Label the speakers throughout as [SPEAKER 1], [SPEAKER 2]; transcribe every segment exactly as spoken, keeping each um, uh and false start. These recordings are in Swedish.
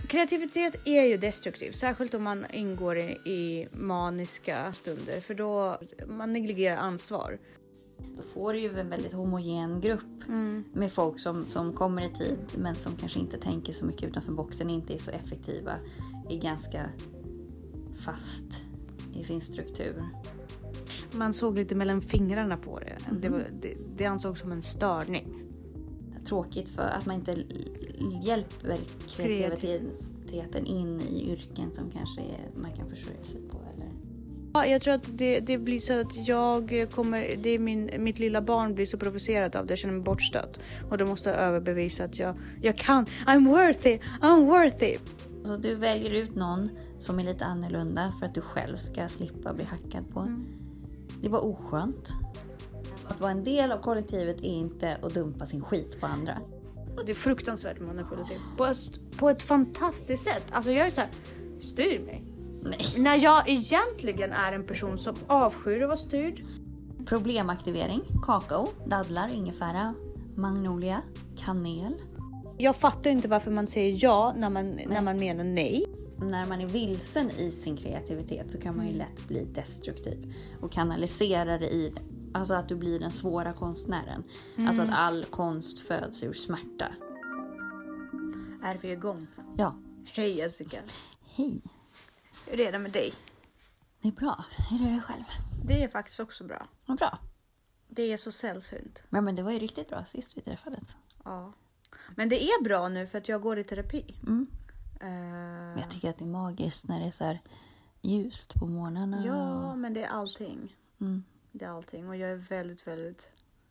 [SPEAKER 1] Kreativitet är ju destruktiv, särskilt om man ingår i, i maniska stunder, för då man negligerar ansvar.
[SPEAKER 2] Då får du ju en väldigt homogen grupp
[SPEAKER 1] mm.
[SPEAKER 2] med folk som, som kommer i tid men som kanske inte tänker så mycket utanför boxen, inte är så effektiva, är ganska fast i sin struktur.
[SPEAKER 1] Man såg lite mellan fingrarna på det.
[SPEAKER 2] Mm-hmm.
[SPEAKER 1] Det, var, det, det ansågs som en störning.
[SPEAKER 2] Tråkigt för att man inte hjälper kreativiteten in i yrken som kanske är, man kan försörja sig på. Eller?
[SPEAKER 1] Ja, jag tror att det, det blir så att jag kommer, det är min, mitt lilla barn blir så provocerad av det, jag känner mig bortstött. Och då måste jag överbevisa att jag, jag kan, I'm worthy, I'm worthy.
[SPEAKER 2] Så du väljer ut någon som är lite annorlunda för att du själv ska slippa bli hackad på.
[SPEAKER 1] Mm.
[SPEAKER 2] Det var oskönt. Att vara en del av kollektivet är inte att dumpa sin skit på andra.
[SPEAKER 1] Det är fruktansvärt manipulativt. På ett, på ett fantastiskt sätt. Alltså jag är så här, styr mig.
[SPEAKER 2] Nej.
[SPEAKER 1] När jag egentligen är en person som avskyr att vara styrd.
[SPEAKER 2] Problemaktivering, kakao, dadlar, ingefära, magnolia, kanel.
[SPEAKER 1] Jag fattar inte varför man säger ja när man, när man menar nej.
[SPEAKER 2] När man är vilsen i sin kreativitet så kan man ju lätt bli destruktiv. Och kanalisera det i det. Alltså att du blir den svåra konstnären. Mm. Alltså att all konst föds ur smärta.
[SPEAKER 1] Är vi igång?
[SPEAKER 2] Ja.
[SPEAKER 1] Hej Jessica.
[SPEAKER 2] Hej.
[SPEAKER 1] Hur är det med dig?
[SPEAKER 2] Det är bra. Hur är det själv?
[SPEAKER 1] Det är faktiskt också bra.
[SPEAKER 2] Vad bra.
[SPEAKER 1] Det är så sällsynt.
[SPEAKER 2] Men, men det var ju riktigt bra sist vi träffades.
[SPEAKER 1] Ja. Men det är bra nu för att jag går i terapi.
[SPEAKER 2] Mm.
[SPEAKER 1] Uh...
[SPEAKER 2] Men jag tycker att det är magiskt när det är så här ljust på morgnarna.
[SPEAKER 1] Ja, men det är allting.
[SPEAKER 2] Mm.
[SPEAKER 1] Det är allting. Och jag är väldigt, väldigt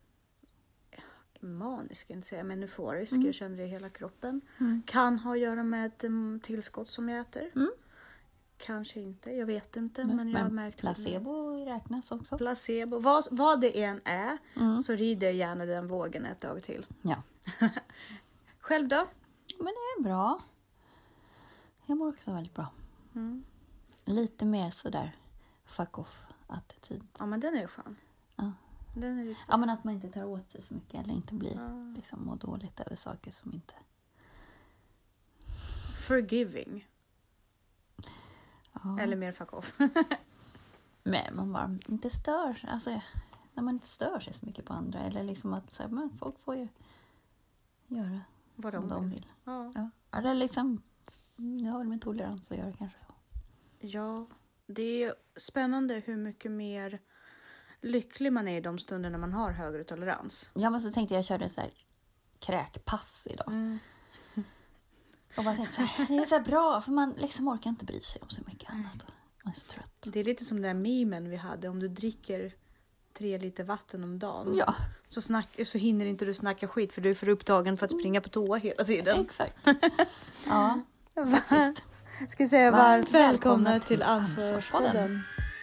[SPEAKER 1] manisk, inte säga, men euforisk. Mm. Jag känner det i hela kroppen.
[SPEAKER 2] Mm.
[SPEAKER 1] Kan ha att göra med ett um, tillskott som jag äter.
[SPEAKER 2] Mm.
[SPEAKER 1] Kanske inte, jag vet inte.
[SPEAKER 2] Men,
[SPEAKER 1] men jag
[SPEAKER 2] men
[SPEAKER 1] har märkt
[SPEAKER 2] placebo det. räknas också.
[SPEAKER 1] Placebo. Vad, vad det än är
[SPEAKER 2] mm.
[SPEAKER 1] så rider jag gärna den vågen ett tag till.
[SPEAKER 2] Ja.
[SPEAKER 1] Själv då?
[SPEAKER 2] Men det är bra. Jag mår också väldigt bra.
[SPEAKER 1] Mm.
[SPEAKER 2] Lite mer sådär fuck off-attityd.
[SPEAKER 1] Ja, men den är ju skön.
[SPEAKER 2] Ja.
[SPEAKER 1] Den är ju...
[SPEAKER 2] ja, men att man inte tar åt sig så mycket eller inte blir
[SPEAKER 1] ja.
[SPEAKER 2] liksom må dåligt över saker som inte...
[SPEAKER 1] Forgiving.
[SPEAKER 2] Ja.
[SPEAKER 1] Eller mer fuck off.
[SPEAKER 2] Men man bara inte stör. Alltså, när man inte stör sig så mycket på andra. Eller liksom att så här, men folk får ju göra
[SPEAKER 1] vad
[SPEAKER 2] som
[SPEAKER 1] de
[SPEAKER 2] de
[SPEAKER 1] vill.
[SPEAKER 2] vill.
[SPEAKER 1] Ja.
[SPEAKER 2] Ja. Eller liksom, jag har väl med tolerans att göra kanske.
[SPEAKER 1] Ja, det är spännande hur mycket mer lycklig man är i de stunder när man har högre tolerans.
[SPEAKER 2] Ja, men så tänkte jag köra så här kräkpass idag.
[SPEAKER 1] Mm.
[SPEAKER 2] Och bara tänkte så här, det är så här bra, för man liksom orkar inte bry sig om så mycket annat. Och man är så trött.
[SPEAKER 1] Det är lite som den där memen vi hade. Om du dricker tre liter vatten om dagen.
[SPEAKER 2] Ja.
[SPEAKER 1] Så, snack, så hinner inte du snacka skit för du är för upptagen för att springa på toa hela tiden.
[SPEAKER 2] Exakt. Ja, faktiskt.
[SPEAKER 1] Ska vi säga varmt välkomna, välkomna till
[SPEAKER 2] Ansvarspodden.
[SPEAKER 1] Ansvarspodden.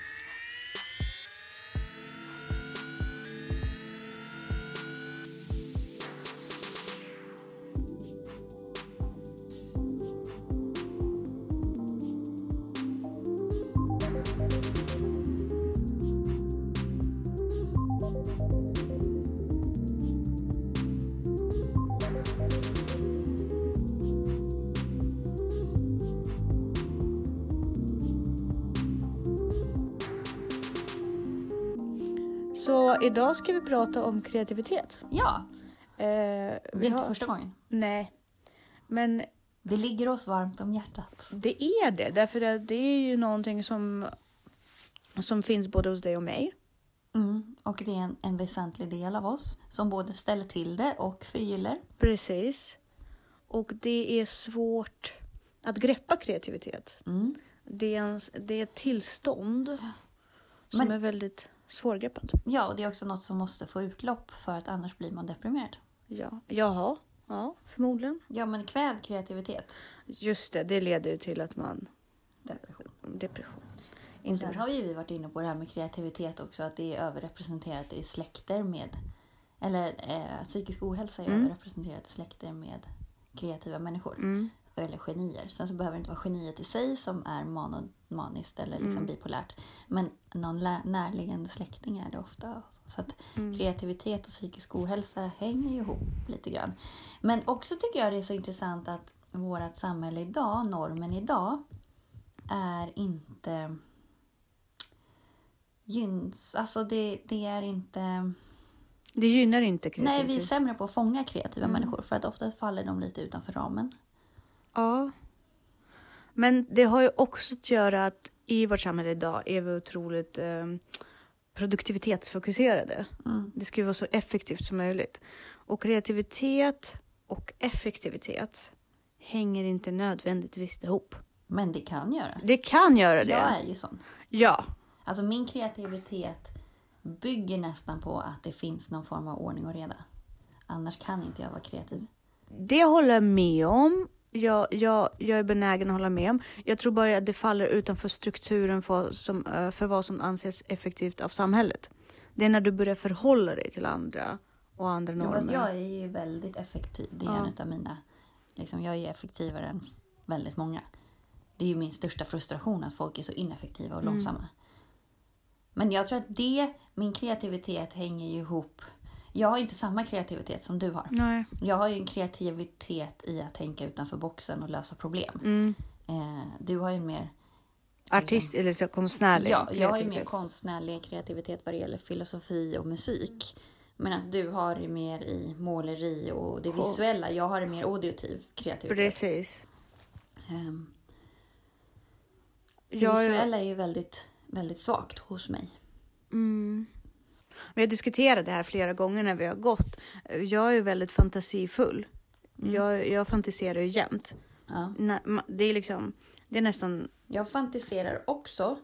[SPEAKER 1] Så idag ska vi prata om kreativitet.
[SPEAKER 2] Ja.
[SPEAKER 1] Eh,
[SPEAKER 2] det är
[SPEAKER 1] vi
[SPEAKER 2] inte
[SPEAKER 1] har...
[SPEAKER 2] första gången.
[SPEAKER 1] Nej. Men
[SPEAKER 2] det ligger oss varmt om hjärtat.
[SPEAKER 1] Det är det. Därför att det är ju någonting som, som finns både hos dig och mig.
[SPEAKER 2] Mm, och det är en, en väsentlig del av oss som både ställer till det och förgyller.
[SPEAKER 1] Precis. Och det är svårt att greppa kreativitet.
[SPEAKER 2] Mm.
[SPEAKER 1] Det, är en, det är ett tillstånd som Men... är väldigt svårgreppat.
[SPEAKER 2] Ja, och det är också något som måste få utlopp för att annars blir man deprimerad.
[SPEAKER 1] Ja, jaha. Ja, förmodligen.
[SPEAKER 2] Ja, men kvävd kreativitet.
[SPEAKER 1] Just det, det leder ju till att man...
[SPEAKER 2] Depression.
[SPEAKER 1] Depression.
[SPEAKER 2] Och sen har vi varit inne på det här med kreativitet också. Att det är överrepresenterat i släkter med... Eller eh, psykisk ohälsa är mm. överrepresenterat i släkter med kreativa människor.
[SPEAKER 1] Mm.
[SPEAKER 2] Eller genier. Sen så behöver det inte vara geniet i sig som är monomaniskt eller liksom mm. bipolärt. Men någon lä- närliggande släkting är det ofta. Så att mm. kreativitet och psykisk ohälsa hänger ju ihop lite grann. Men också tycker jag det är så intressant att vårt samhälle idag, normen idag, är inte gyns. Alltså det, det är inte...
[SPEAKER 1] Det gynnar inte kreativitet.
[SPEAKER 2] Nej, vi är sämre på att fånga kreativa mm. människor. För att oftast faller de lite utanför ramen.
[SPEAKER 1] Ja. Men det har ju också att göra att i vårt samhälle idag är vi otroligt eh, produktivitetsfokuserade. Mm. Det ska ju vara så effektivt som möjligt. Och kreativitet och effektivitet hänger inte nödvändigtvis ihop.
[SPEAKER 2] Men det kan göra.
[SPEAKER 1] Det kan göra det.
[SPEAKER 2] Jag är ju sån.
[SPEAKER 1] Ja.
[SPEAKER 2] Alltså min kreativitet bygger nästan på att det finns någon form av ordning och reda. Annars kan inte jag vara kreativ.
[SPEAKER 1] Det håller jag med om. Jag, jag, jag är benägen att hålla med om. Jag tror bara att det faller utanför strukturen för, som, för vad som anses effektivt av samhället. Det är när du börjar förhålla dig till andra och andra normer.
[SPEAKER 2] Ja, jag är ju väldigt effektiv. Det är ja. en av mina... Liksom, jag är effektivare än väldigt många. Det är ju min största frustration att folk är så ineffektiva och mm. långsamma. Men jag tror att det, min kreativitet hänger ju ihop. Jag har inte samma kreativitet som du har.
[SPEAKER 1] Nej.
[SPEAKER 2] Jag har ju en kreativitet i att tänka utanför boxen och lösa problem.
[SPEAKER 1] Mm.
[SPEAKER 2] Eh, du har ju mer...
[SPEAKER 1] Artist liksom, eller så konstnärlig
[SPEAKER 2] ja, jag har ju mer konstnärlig kreativitet vad det gäller filosofi och musik. Medan du har ju mer i måleri och det visuella. Jag har en mer auditiv kreativitet.
[SPEAKER 1] Precis.
[SPEAKER 2] Um, det jag, visuella är ju väldigt, väldigt svagt hos mig.
[SPEAKER 1] Mm. Vi har diskuterat det här flera gånger när vi har gått. Jag är ju väldigt fantasifull. Mm. Jag, jag fantiserar ju jämt.
[SPEAKER 2] Ja.
[SPEAKER 1] Det är liksom, det är nästan...
[SPEAKER 2] Jag fantiserar också.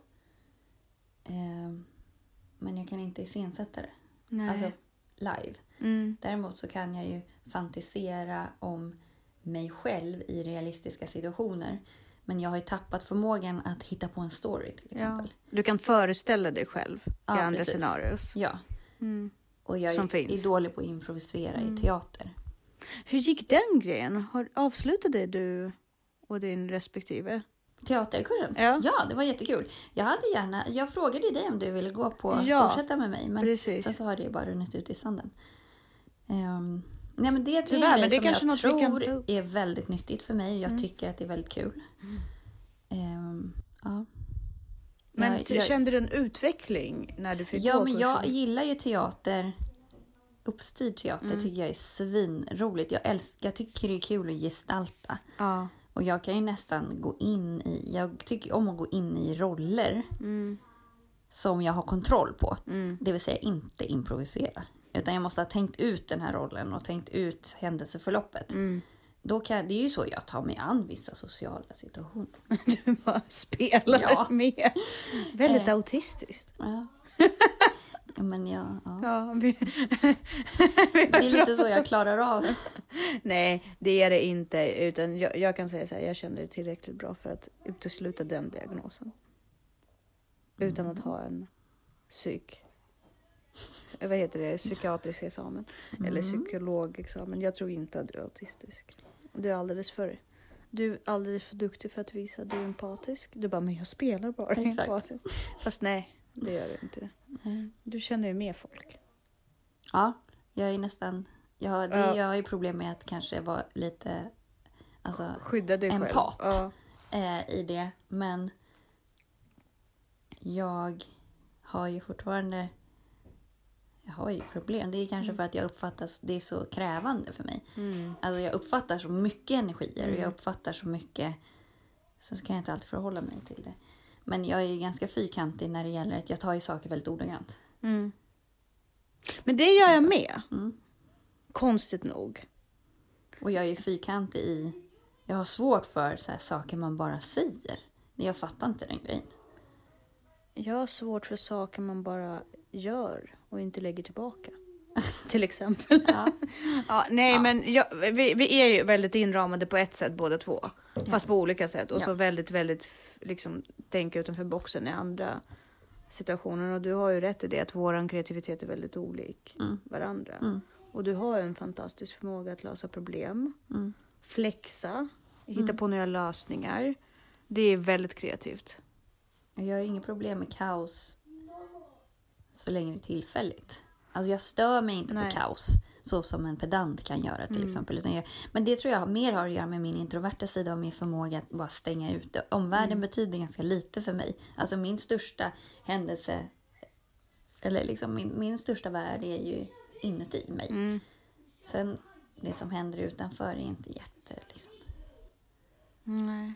[SPEAKER 2] Eh, men jag kan inte iscensätta det.
[SPEAKER 1] Nej.
[SPEAKER 2] Alltså live.
[SPEAKER 1] Mm.
[SPEAKER 2] Däremot så kan jag ju fantisera om mig själv i realistiska situationer. Men jag har ju tappat förmågan att hitta på en story till exempel.
[SPEAKER 1] Ja. Du kan föreställa dig själv
[SPEAKER 2] ja,
[SPEAKER 1] i andra
[SPEAKER 2] precis.
[SPEAKER 1] scenarios.
[SPEAKER 2] Ja.
[SPEAKER 1] Mm.
[SPEAKER 2] Och jag
[SPEAKER 1] Som
[SPEAKER 2] är,
[SPEAKER 1] finns.
[SPEAKER 2] är dålig på att improvisera mm. i teater.
[SPEAKER 1] Hur gick den grejen? Har, avslutade du och din respektive?
[SPEAKER 2] Teaterkursen?
[SPEAKER 1] Ja.
[SPEAKER 2] ja, det var jättekul. Jag hade gärna, jag frågade dig om du ville gå på
[SPEAKER 1] ja,
[SPEAKER 2] fortsätta med mig. Men
[SPEAKER 1] precis.
[SPEAKER 2] sen så har det bara runnit ut i sanden. Um, nej men det är
[SPEAKER 1] Tyvärr,
[SPEAKER 2] en
[SPEAKER 1] men
[SPEAKER 2] grej
[SPEAKER 1] det
[SPEAKER 2] som jag tror
[SPEAKER 1] kan...
[SPEAKER 2] är väldigt nyttigt för mig. Jag mm. tycker att det är väldigt kul.
[SPEAKER 1] Mm.
[SPEAKER 2] Um, ja.
[SPEAKER 1] Men
[SPEAKER 2] jag,
[SPEAKER 1] jag, kände du en utveckling när du fick
[SPEAKER 2] ja,
[SPEAKER 1] gå
[SPEAKER 2] men
[SPEAKER 1] kursen?
[SPEAKER 2] Jag gillar ju teater. Uppstyrd teater mm. tycker jag är svinroligt. Jag, älskar, jag tycker det är kul att gestalta.
[SPEAKER 1] Ja.
[SPEAKER 2] Och jag kan ju nästan gå in i... Jag tycker om att gå in i roller
[SPEAKER 1] mm.
[SPEAKER 2] som jag har kontroll på.
[SPEAKER 1] Mm.
[SPEAKER 2] Det vill säga inte improvisera. Utan jag måste ha tänkt ut den här rollen och tänkt ut händelseförloppet.
[SPEAKER 1] Mm.
[SPEAKER 2] Då kan, det är ju så jag tar mig an vissa sociala situationer.
[SPEAKER 1] Du bara spelar
[SPEAKER 2] ja.
[SPEAKER 1] med. Väldigt
[SPEAKER 2] eh.
[SPEAKER 1] autistiskt.
[SPEAKER 2] Ja. Men ja, ja.
[SPEAKER 1] ja vi,
[SPEAKER 2] vi det är lite så jag klarar av.
[SPEAKER 1] Nej, det är det inte. Utan jag, jag kan säga så här, jag känner det tillräckligt bra för att utesluta den diagnosen. Utan mm. att ha en psyk. Vad heter det? Psykiatrisk examen. Mm. Eller psykologexamen. Jag tror inte att du är autistisk. Du är alldeles för... Du är alldeles för duktig för att visa att du är empatisk. Du bara, men jag spelar bara empatisk. Fast nej, det gör du inte.
[SPEAKER 2] Mm.
[SPEAKER 1] Du känner ju med folk.
[SPEAKER 2] Ja, jag är nästan... Jag, det, ja. jag har ju problem med att kanske vara lite... Alltså,
[SPEAKER 1] skydda dig
[SPEAKER 2] empat
[SPEAKER 1] själv. Ja.
[SPEAKER 2] Eh, i det. Men jag har ju fortfarande... Jag har ju problem. Det är kanske mm. för att jag uppfattas... Det är så krävande för mig.
[SPEAKER 1] Mm.
[SPEAKER 2] Alltså jag uppfattar så mycket energier.
[SPEAKER 1] Mm.
[SPEAKER 2] Och jag uppfattar så mycket... Sen så kan jag inte alltid förhålla mig till det. Men jag är ju ganska fyrkantig när det gäller att jag tar ju saker väldigt ordagrant.
[SPEAKER 1] Mm. Men det gör jag med.
[SPEAKER 2] Mm.
[SPEAKER 1] Konstigt nog.
[SPEAKER 2] Och jag är ju fyrkantig i... Jag har svårt för så här saker man bara säger. Jag fattar inte den grejen.
[SPEAKER 1] Jag har svårt för saker man bara gör och inte lägger tillbaka. Till exempel.
[SPEAKER 2] Ja.
[SPEAKER 1] ja, nej,
[SPEAKER 2] ja.
[SPEAKER 1] men jag, vi, vi är ju väldigt inramade på ett sätt båda två. Ja. Fast på olika sätt. Och ja. så väldigt, väldigt liksom tänka utanför boxen i andra situationer. Och du har ju rätt i det att våran kreativitet är väldigt olik
[SPEAKER 2] mm.
[SPEAKER 1] varandra.
[SPEAKER 2] Mm.
[SPEAKER 1] Och du har ju en fantastisk förmåga att lösa problem.
[SPEAKER 2] Mm.
[SPEAKER 1] Flexa. Hitta
[SPEAKER 2] mm.
[SPEAKER 1] på nya lösningar. Det är väldigt kreativt.
[SPEAKER 2] Jag har inget problem med kaos så länge det är tillfälligt. Alltså jag stör mig inte Nej. på kaos så som en pedant kan göra till
[SPEAKER 1] Mm.
[SPEAKER 2] exempel. Utan jag, men det tror jag mer har att göra med min introverta sida och min förmåga att bara stänga ute. Omvärlden
[SPEAKER 1] Mm.
[SPEAKER 2] betyder ganska lite för mig. Alltså min största händelse, eller liksom min, min största värld är ju inuti mig.
[SPEAKER 1] Mm.
[SPEAKER 2] Sen det som händer utanför är inte jätte liksom.
[SPEAKER 1] Nej.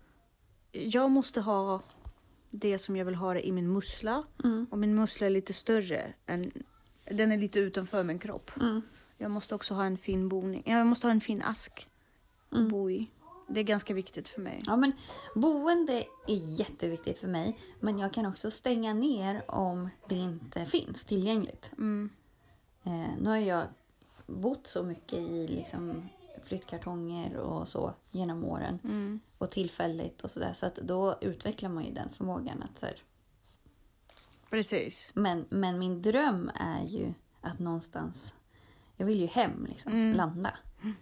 [SPEAKER 1] Jag måste ha det som jag vill ha det i min mussla.
[SPEAKER 2] Mm.
[SPEAKER 1] Och min mussla är lite större. Än, den är lite utanför min kropp.
[SPEAKER 2] Mm.
[SPEAKER 1] Jag måste också ha en fin boning. Jag måste ha en fin ask att
[SPEAKER 2] Mm.
[SPEAKER 1] bo i. Det är ganska viktigt för mig.
[SPEAKER 2] Ja, men boende är jätteviktigt för mig. Men jag kan också stänga ner om det inte finns tillgängligt.
[SPEAKER 1] Mm.
[SPEAKER 2] Eh, nu har jag bott så mycket i liksom flyttkartonger och så genom åren.
[SPEAKER 1] Mm.
[SPEAKER 2] Och tillfälligt och sådär. Så att då utvecklar man ju den förmågan att så här.
[SPEAKER 1] Precis.
[SPEAKER 2] Men, men min dröm är ju att någonstans, jag vill ju hem liksom,
[SPEAKER 1] Mm.
[SPEAKER 2] landa.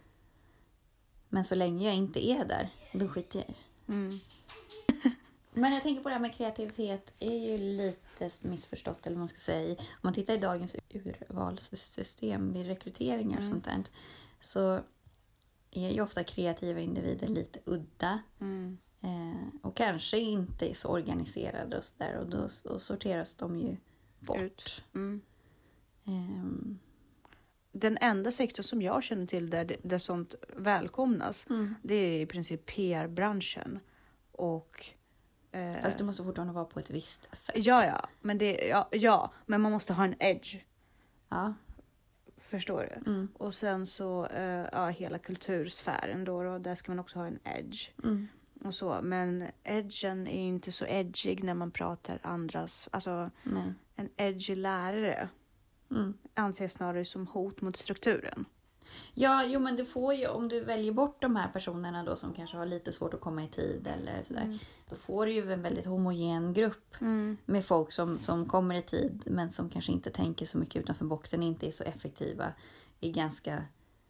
[SPEAKER 2] Men så länge jag inte är där, då skiter jag i det.
[SPEAKER 1] Mm.
[SPEAKER 2] Men jag tänker på det här med kreativitet är ju lite missförstått, eller vad man ska säga. Om man tittar i dagens urvalssystem vid rekryteringar och
[SPEAKER 1] Mm.
[SPEAKER 2] sånt där, så är ju ofta kreativa individer lite udda.
[SPEAKER 1] Mm.
[SPEAKER 2] Eh, och kanske inte är så organiserade och sådär. Och då, då sorteras de ju bort.
[SPEAKER 1] Ut. Mm.
[SPEAKER 2] Ehm,
[SPEAKER 1] Den enda sektorn som jag känner till där, det- där sånt välkomnas,
[SPEAKER 2] mm.
[SPEAKER 1] det är i princip P R-branschen. Och... Eh,
[SPEAKER 2] Fast du måste fortfarande vara på ett visst sätt.
[SPEAKER 1] ja, ja. Men, det, ja, ja, men man måste ha en edge.
[SPEAKER 2] Ja.
[SPEAKER 1] Förstår du?
[SPEAKER 2] Mm.
[SPEAKER 1] Och sen så, eh, ja, hela kultursfären då, då. Där ska man också ha en edge.
[SPEAKER 2] Mm.
[SPEAKER 1] Och så. Men edgen är inte så edgig när man pratar andras... Alltså,
[SPEAKER 2] Nej.
[SPEAKER 1] en edgy lärare
[SPEAKER 2] Mm.
[SPEAKER 1] anses snarare som hot mot strukturen.
[SPEAKER 2] Ja, jo men du får ju, om du väljer bort de här personerna då som kanske har lite svårt att komma i tid eller sådär.
[SPEAKER 1] Mm.
[SPEAKER 2] Då får du ju en väldigt homogen grupp
[SPEAKER 1] Mm.
[SPEAKER 2] med folk som, som kommer i tid men som kanske inte tänker så mycket utanför boxen, inte är så effektiva, är ganska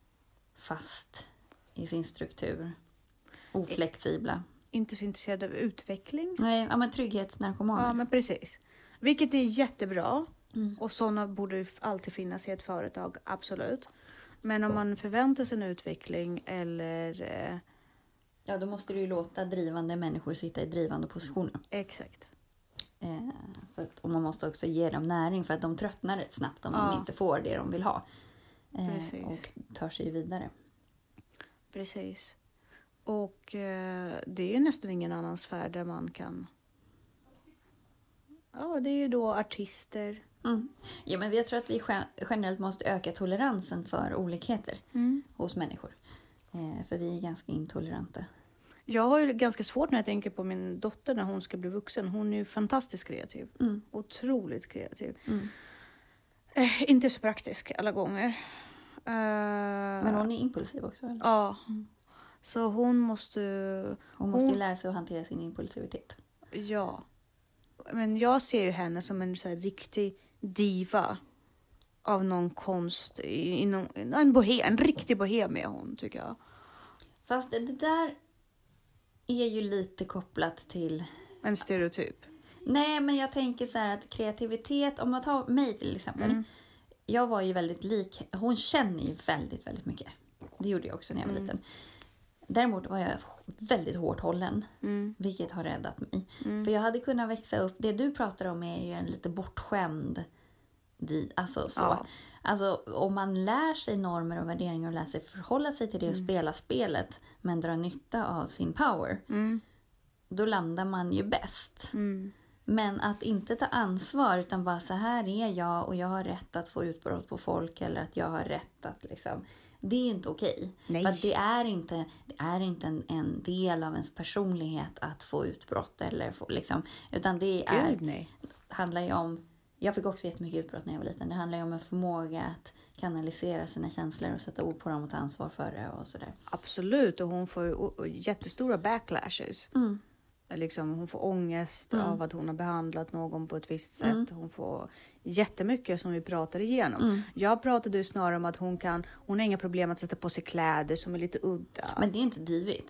[SPEAKER 2] fast i sin struktur. Oflexibla.
[SPEAKER 1] Inte så intresserad av utveckling.
[SPEAKER 2] Nej, ja men trygghetsnarkomaner.
[SPEAKER 1] Ja, men precis. Vilket är jättebra.
[SPEAKER 2] Mm.
[SPEAKER 1] Och sådana borde ju alltid finnas i ett företag, absolut. Men om man förväntar sig en utveckling eller... Eh,
[SPEAKER 2] Ja, då måste du ju låta drivande människor sitta i drivande positioner.
[SPEAKER 1] exakt.
[SPEAKER 2] Eh, så att, och man måste också ge dem näring för att de tröttnar rätt snabbt om
[SPEAKER 1] Ja.
[SPEAKER 2] de inte får det de vill ha. Eh,
[SPEAKER 1] Precis.
[SPEAKER 2] och tar sig vidare.
[SPEAKER 1] Precis. Och eh, det är nästan ingen annan sfär där man kan... Ja, det är ju då artister.
[SPEAKER 2] Mm. Ja, men jag tror att vi gen- generellt måste öka toleransen för olikheter
[SPEAKER 1] Mm.
[SPEAKER 2] hos människor. Eh, för vi är ganska intoleranta.
[SPEAKER 1] Jag har ju ganska svårt när jag tänker på min dotter när hon ska bli vuxen. Hon är ju fantastiskt kreativ.
[SPEAKER 2] Mm.
[SPEAKER 1] Otroligt kreativ.
[SPEAKER 2] Mm.
[SPEAKER 1] Eh, inte så praktisk alla gånger. Eh,
[SPEAKER 2] Men hon är impulsiv också. Eller?
[SPEAKER 1] Ja. Så hon måste...
[SPEAKER 2] Hon måste ju
[SPEAKER 1] hon-
[SPEAKER 2] lära sig att hantera sin impulsivitet.
[SPEAKER 1] Ja. Men jag ser ju henne som en så här riktig diva av någon konst. I, i någon, en, bohem, en riktig bohem är hon, tycker jag.
[SPEAKER 2] Fast det där är ju lite kopplat till...
[SPEAKER 1] En stereotyp.
[SPEAKER 2] Nej, men jag tänker så här att kreativitet, om man tar mig till exempel.
[SPEAKER 1] Mm.
[SPEAKER 2] Jag var ju väldigt lik, hon känner ju väldigt, väldigt mycket. Det gjorde jag också när jag var
[SPEAKER 1] Mm.
[SPEAKER 2] liten. Däremot var jag väldigt hårt hållen,
[SPEAKER 1] Mm.
[SPEAKER 2] vilket har räddat mig.
[SPEAKER 1] Mm.
[SPEAKER 2] För jag hade kunnat växa upp, det du pratar om är ju en lite bortskämd, di- alltså så.
[SPEAKER 1] Ja.
[SPEAKER 2] Alltså om man lär sig normer och värderingar och lär sig förhålla sig till det och
[SPEAKER 1] Mm.
[SPEAKER 2] spela spelet, men dra nytta av sin power,
[SPEAKER 1] Mm.
[SPEAKER 2] då landar man ju bäst.
[SPEAKER 1] Mm.
[SPEAKER 2] Men att inte ta ansvar utan bara så här är jag och jag har rätt att få utbrott på folk eller att jag har rätt att liksom, det är ju inte okej.
[SPEAKER 1] Nej.
[SPEAKER 2] För att det är inte, det är inte en, en del av ens personlighet att få utbrott eller få, liksom, utan det är,
[SPEAKER 1] Gud, nej.
[SPEAKER 2] handlar ju om, jag fick också jättemycket utbrott när jag var liten. Det handlar ju om en förmåga att kanalisera sina känslor och sätta ord på dem och ta ansvar för det och sådär.
[SPEAKER 1] Absolut, och hon får ju o- o- jättestora backlashes.
[SPEAKER 2] Mm.
[SPEAKER 1] Liksom, hon får ångest
[SPEAKER 2] Mm.
[SPEAKER 1] av att hon har behandlat någon på ett visst sätt.
[SPEAKER 2] Mm.
[SPEAKER 1] Hon får jättemycket som vi pratar igenom.
[SPEAKER 2] Mm.
[SPEAKER 1] Jag pratade ju snarare om att hon kan, hon har inga problem att sätta på sig kläder som är lite udda.
[SPEAKER 2] Men det är inte divigt.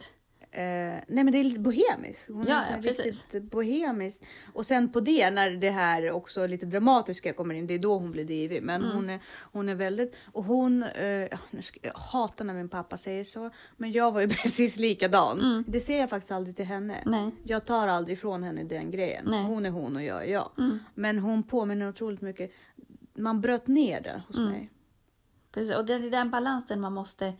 [SPEAKER 1] Eh, nej men det är lite bohemiskt. Hon
[SPEAKER 2] Ja,
[SPEAKER 1] är så
[SPEAKER 2] ja, precis.
[SPEAKER 1] riktigt bohemiskt. Och sen på det, när det här också lite dramatiska kommer in, det är då hon blir divig. Men
[SPEAKER 2] Mm.
[SPEAKER 1] hon, är, hon är väldigt, och hon, eh, nu ska, jag hatar när min pappa säger så, men jag var ju precis likadan.
[SPEAKER 2] Mm.
[SPEAKER 1] Det ser jag faktiskt aldrig till henne.
[SPEAKER 2] Nej.
[SPEAKER 1] Jag tar aldrig ifrån henne den grejen.
[SPEAKER 2] Nej.
[SPEAKER 1] Hon är hon och jag är jag.
[SPEAKER 2] Mm.
[SPEAKER 1] Men hon påminner otroligt mycket. Man bröt ner det hos
[SPEAKER 2] Mm.
[SPEAKER 1] mig.
[SPEAKER 2] Precis, och det är den balansen man måste...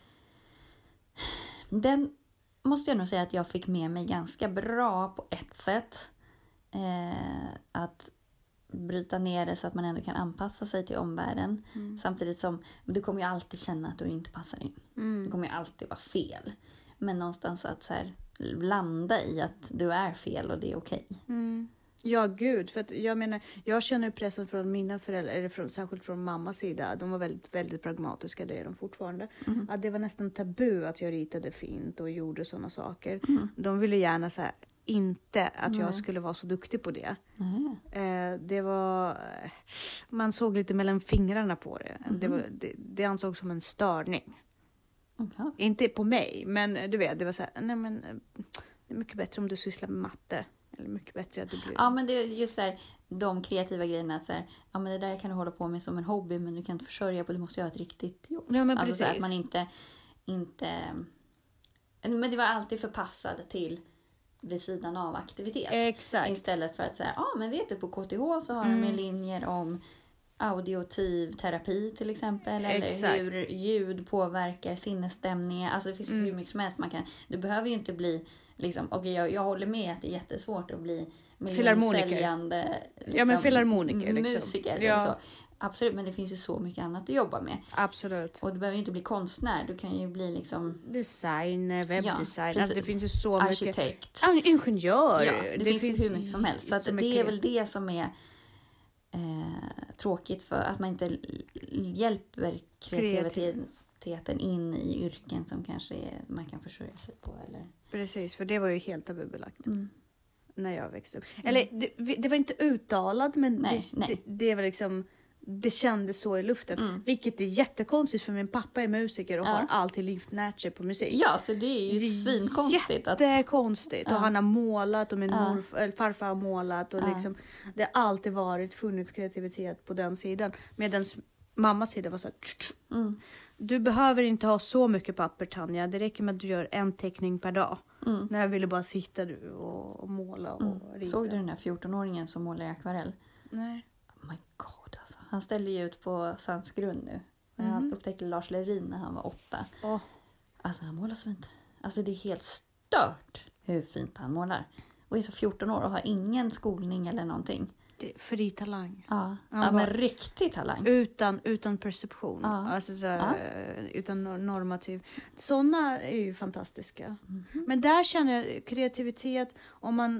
[SPEAKER 2] Den måste jag nog säga att jag fick med mig ganska bra på ett sätt. Eh, att bryta ner det så att man ändå kan anpassa sig till omvärlden.
[SPEAKER 1] Mm.
[SPEAKER 2] Samtidigt som du kommer ju alltid känna att du inte passar in.
[SPEAKER 1] Mm.
[SPEAKER 2] Det kommer ju alltid vara fel. Men någonstans att så här, landa i att du är fel och det är okej.
[SPEAKER 1] Mm. Ja, gud. För att jag menar, jag känner pressen från mina föräldrar, eller från, särskilt från mammas sida. De var väldigt, väldigt pragmatiska, det är de fortfarande.
[SPEAKER 2] Mm.
[SPEAKER 1] Att det var nästan tabu att jag ritade fint och gjorde sådana saker.
[SPEAKER 2] Mm.
[SPEAKER 1] De ville gärna så här, inte att jag
[SPEAKER 2] Nej.
[SPEAKER 1] skulle vara så duktig på det.
[SPEAKER 2] Nej.
[SPEAKER 1] Eh, det var, man såg lite mellan fingrarna på det.
[SPEAKER 2] Mhm.
[SPEAKER 1] Det, var, det, det ansågs som en störning.
[SPEAKER 2] Okay.
[SPEAKER 1] Inte på mig, men du vet, det var så här, nej men eh, det är mycket bättre om du sysslar med matte. Eller mycket bättre att du blir...
[SPEAKER 2] Ja, men det är just så här, de kreativa grejerna att så här, ja men det där kan du hålla på med som en hobby men du kan inte försörja på, du måste göra ett riktigt jobb.
[SPEAKER 1] Ja, men
[SPEAKER 2] alltså
[SPEAKER 1] precis.
[SPEAKER 2] så här, att man inte, inte... Men det var alltid förpassad till vid sidan av aktivitet.
[SPEAKER 1] Exakt.
[SPEAKER 2] Istället för att säga, ja ah, men vet du på K T H så har
[SPEAKER 1] Mm.
[SPEAKER 2] de ju linjer om audiotiv terapi till exempel.
[SPEAKER 1] Exakt.
[SPEAKER 2] Eller hur ljud påverkar sinnesstämningar. Alltså det finns
[SPEAKER 1] Mm.
[SPEAKER 2] hur mycket som helst man kan. Du behöver ju inte bli, liksom, okej okay, jag, jag håller med att det är jättesvårt att bli miljonsäljande liksom,
[SPEAKER 1] Ja, men filharmoniker liksom.
[SPEAKER 2] musiker.
[SPEAKER 1] Ja.
[SPEAKER 2] Eller så. Absolut, men det finns ju så mycket annat att jobba med.
[SPEAKER 1] Absolut.
[SPEAKER 2] Och du behöver ju inte bli konstnär, du kan ju bli liksom
[SPEAKER 1] Designer, webbdesigner.
[SPEAKER 2] Ja,
[SPEAKER 1] alltså, det finns ju så mycket.
[SPEAKER 2] arkitekt.
[SPEAKER 1] Ah, ingenjör.
[SPEAKER 2] Ja, det, finns ju hur mycket som helst. Så, att
[SPEAKER 1] så
[SPEAKER 2] det
[SPEAKER 1] mycket.
[SPEAKER 2] är väl det som är eh, tråkigt för att man inte l- hjälper kreativiteten in i yrken som kanske är, man kan försörja sig på. Eller...
[SPEAKER 1] Precis, för det var ju helt tabubelagt.
[SPEAKER 2] Mm.
[SPEAKER 1] När jag växte upp. Eller det, det var inte uttalat, men
[SPEAKER 2] Nej,
[SPEAKER 1] det,
[SPEAKER 2] nej.
[SPEAKER 1] Det, det var liksom... Det kändes så i luften.
[SPEAKER 2] Mm.
[SPEAKER 1] Vilket är jättekonstigt för min pappa är musiker och
[SPEAKER 2] Ja.
[SPEAKER 1] har alltid livnärt sig på musik.
[SPEAKER 2] Ja, så det är ju
[SPEAKER 1] Det är
[SPEAKER 2] svinkonstigt. Att...
[SPEAKER 1] Jättekonstigt.
[SPEAKER 2] Ja.
[SPEAKER 1] Och han har målat och min
[SPEAKER 2] Ja.
[SPEAKER 1] morf- eller farfar har målat. Och
[SPEAKER 2] Ja.
[SPEAKER 1] liksom, det har alltid varit funnits kreativitet på den sidan. Medan mammas sida var så här... tsch, tsch.
[SPEAKER 2] Mm.
[SPEAKER 1] Du behöver inte ha så mycket papper, Tanja. Det räcker med att du gör en teckning per dag.
[SPEAKER 2] Mm.
[SPEAKER 1] När jag ville bara sitta och, och måla och
[SPEAKER 2] Mm.
[SPEAKER 1] rita.
[SPEAKER 2] Såg du den där fjorton-åringen som målar i akvarell?
[SPEAKER 1] Nej.
[SPEAKER 2] Oh my god alltså. Han ställde ju ut på Sands grund nu.
[SPEAKER 1] Mhm.
[SPEAKER 2] Han upptäckte Lars Lerin när han var åtta.
[SPEAKER 1] Åh.
[SPEAKER 2] Alltså han målar så fint. Alltså det är helt stört hur fint han målar. Och är så fjorton år och har ingen skolning eller någonting.
[SPEAKER 1] Det är fri talang.
[SPEAKER 2] Ja,
[SPEAKER 1] Han
[SPEAKER 2] ja men
[SPEAKER 1] var-
[SPEAKER 2] riktig talang.
[SPEAKER 1] Utan, utan perception.
[SPEAKER 2] Ja.
[SPEAKER 1] Alltså så,
[SPEAKER 2] Ja.
[SPEAKER 1] eh, utan nor- normativ. Sådana är ju fantastiska.
[SPEAKER 2] Mhm.
[SPEAKER 1] Men där känner jag kreativitet, om man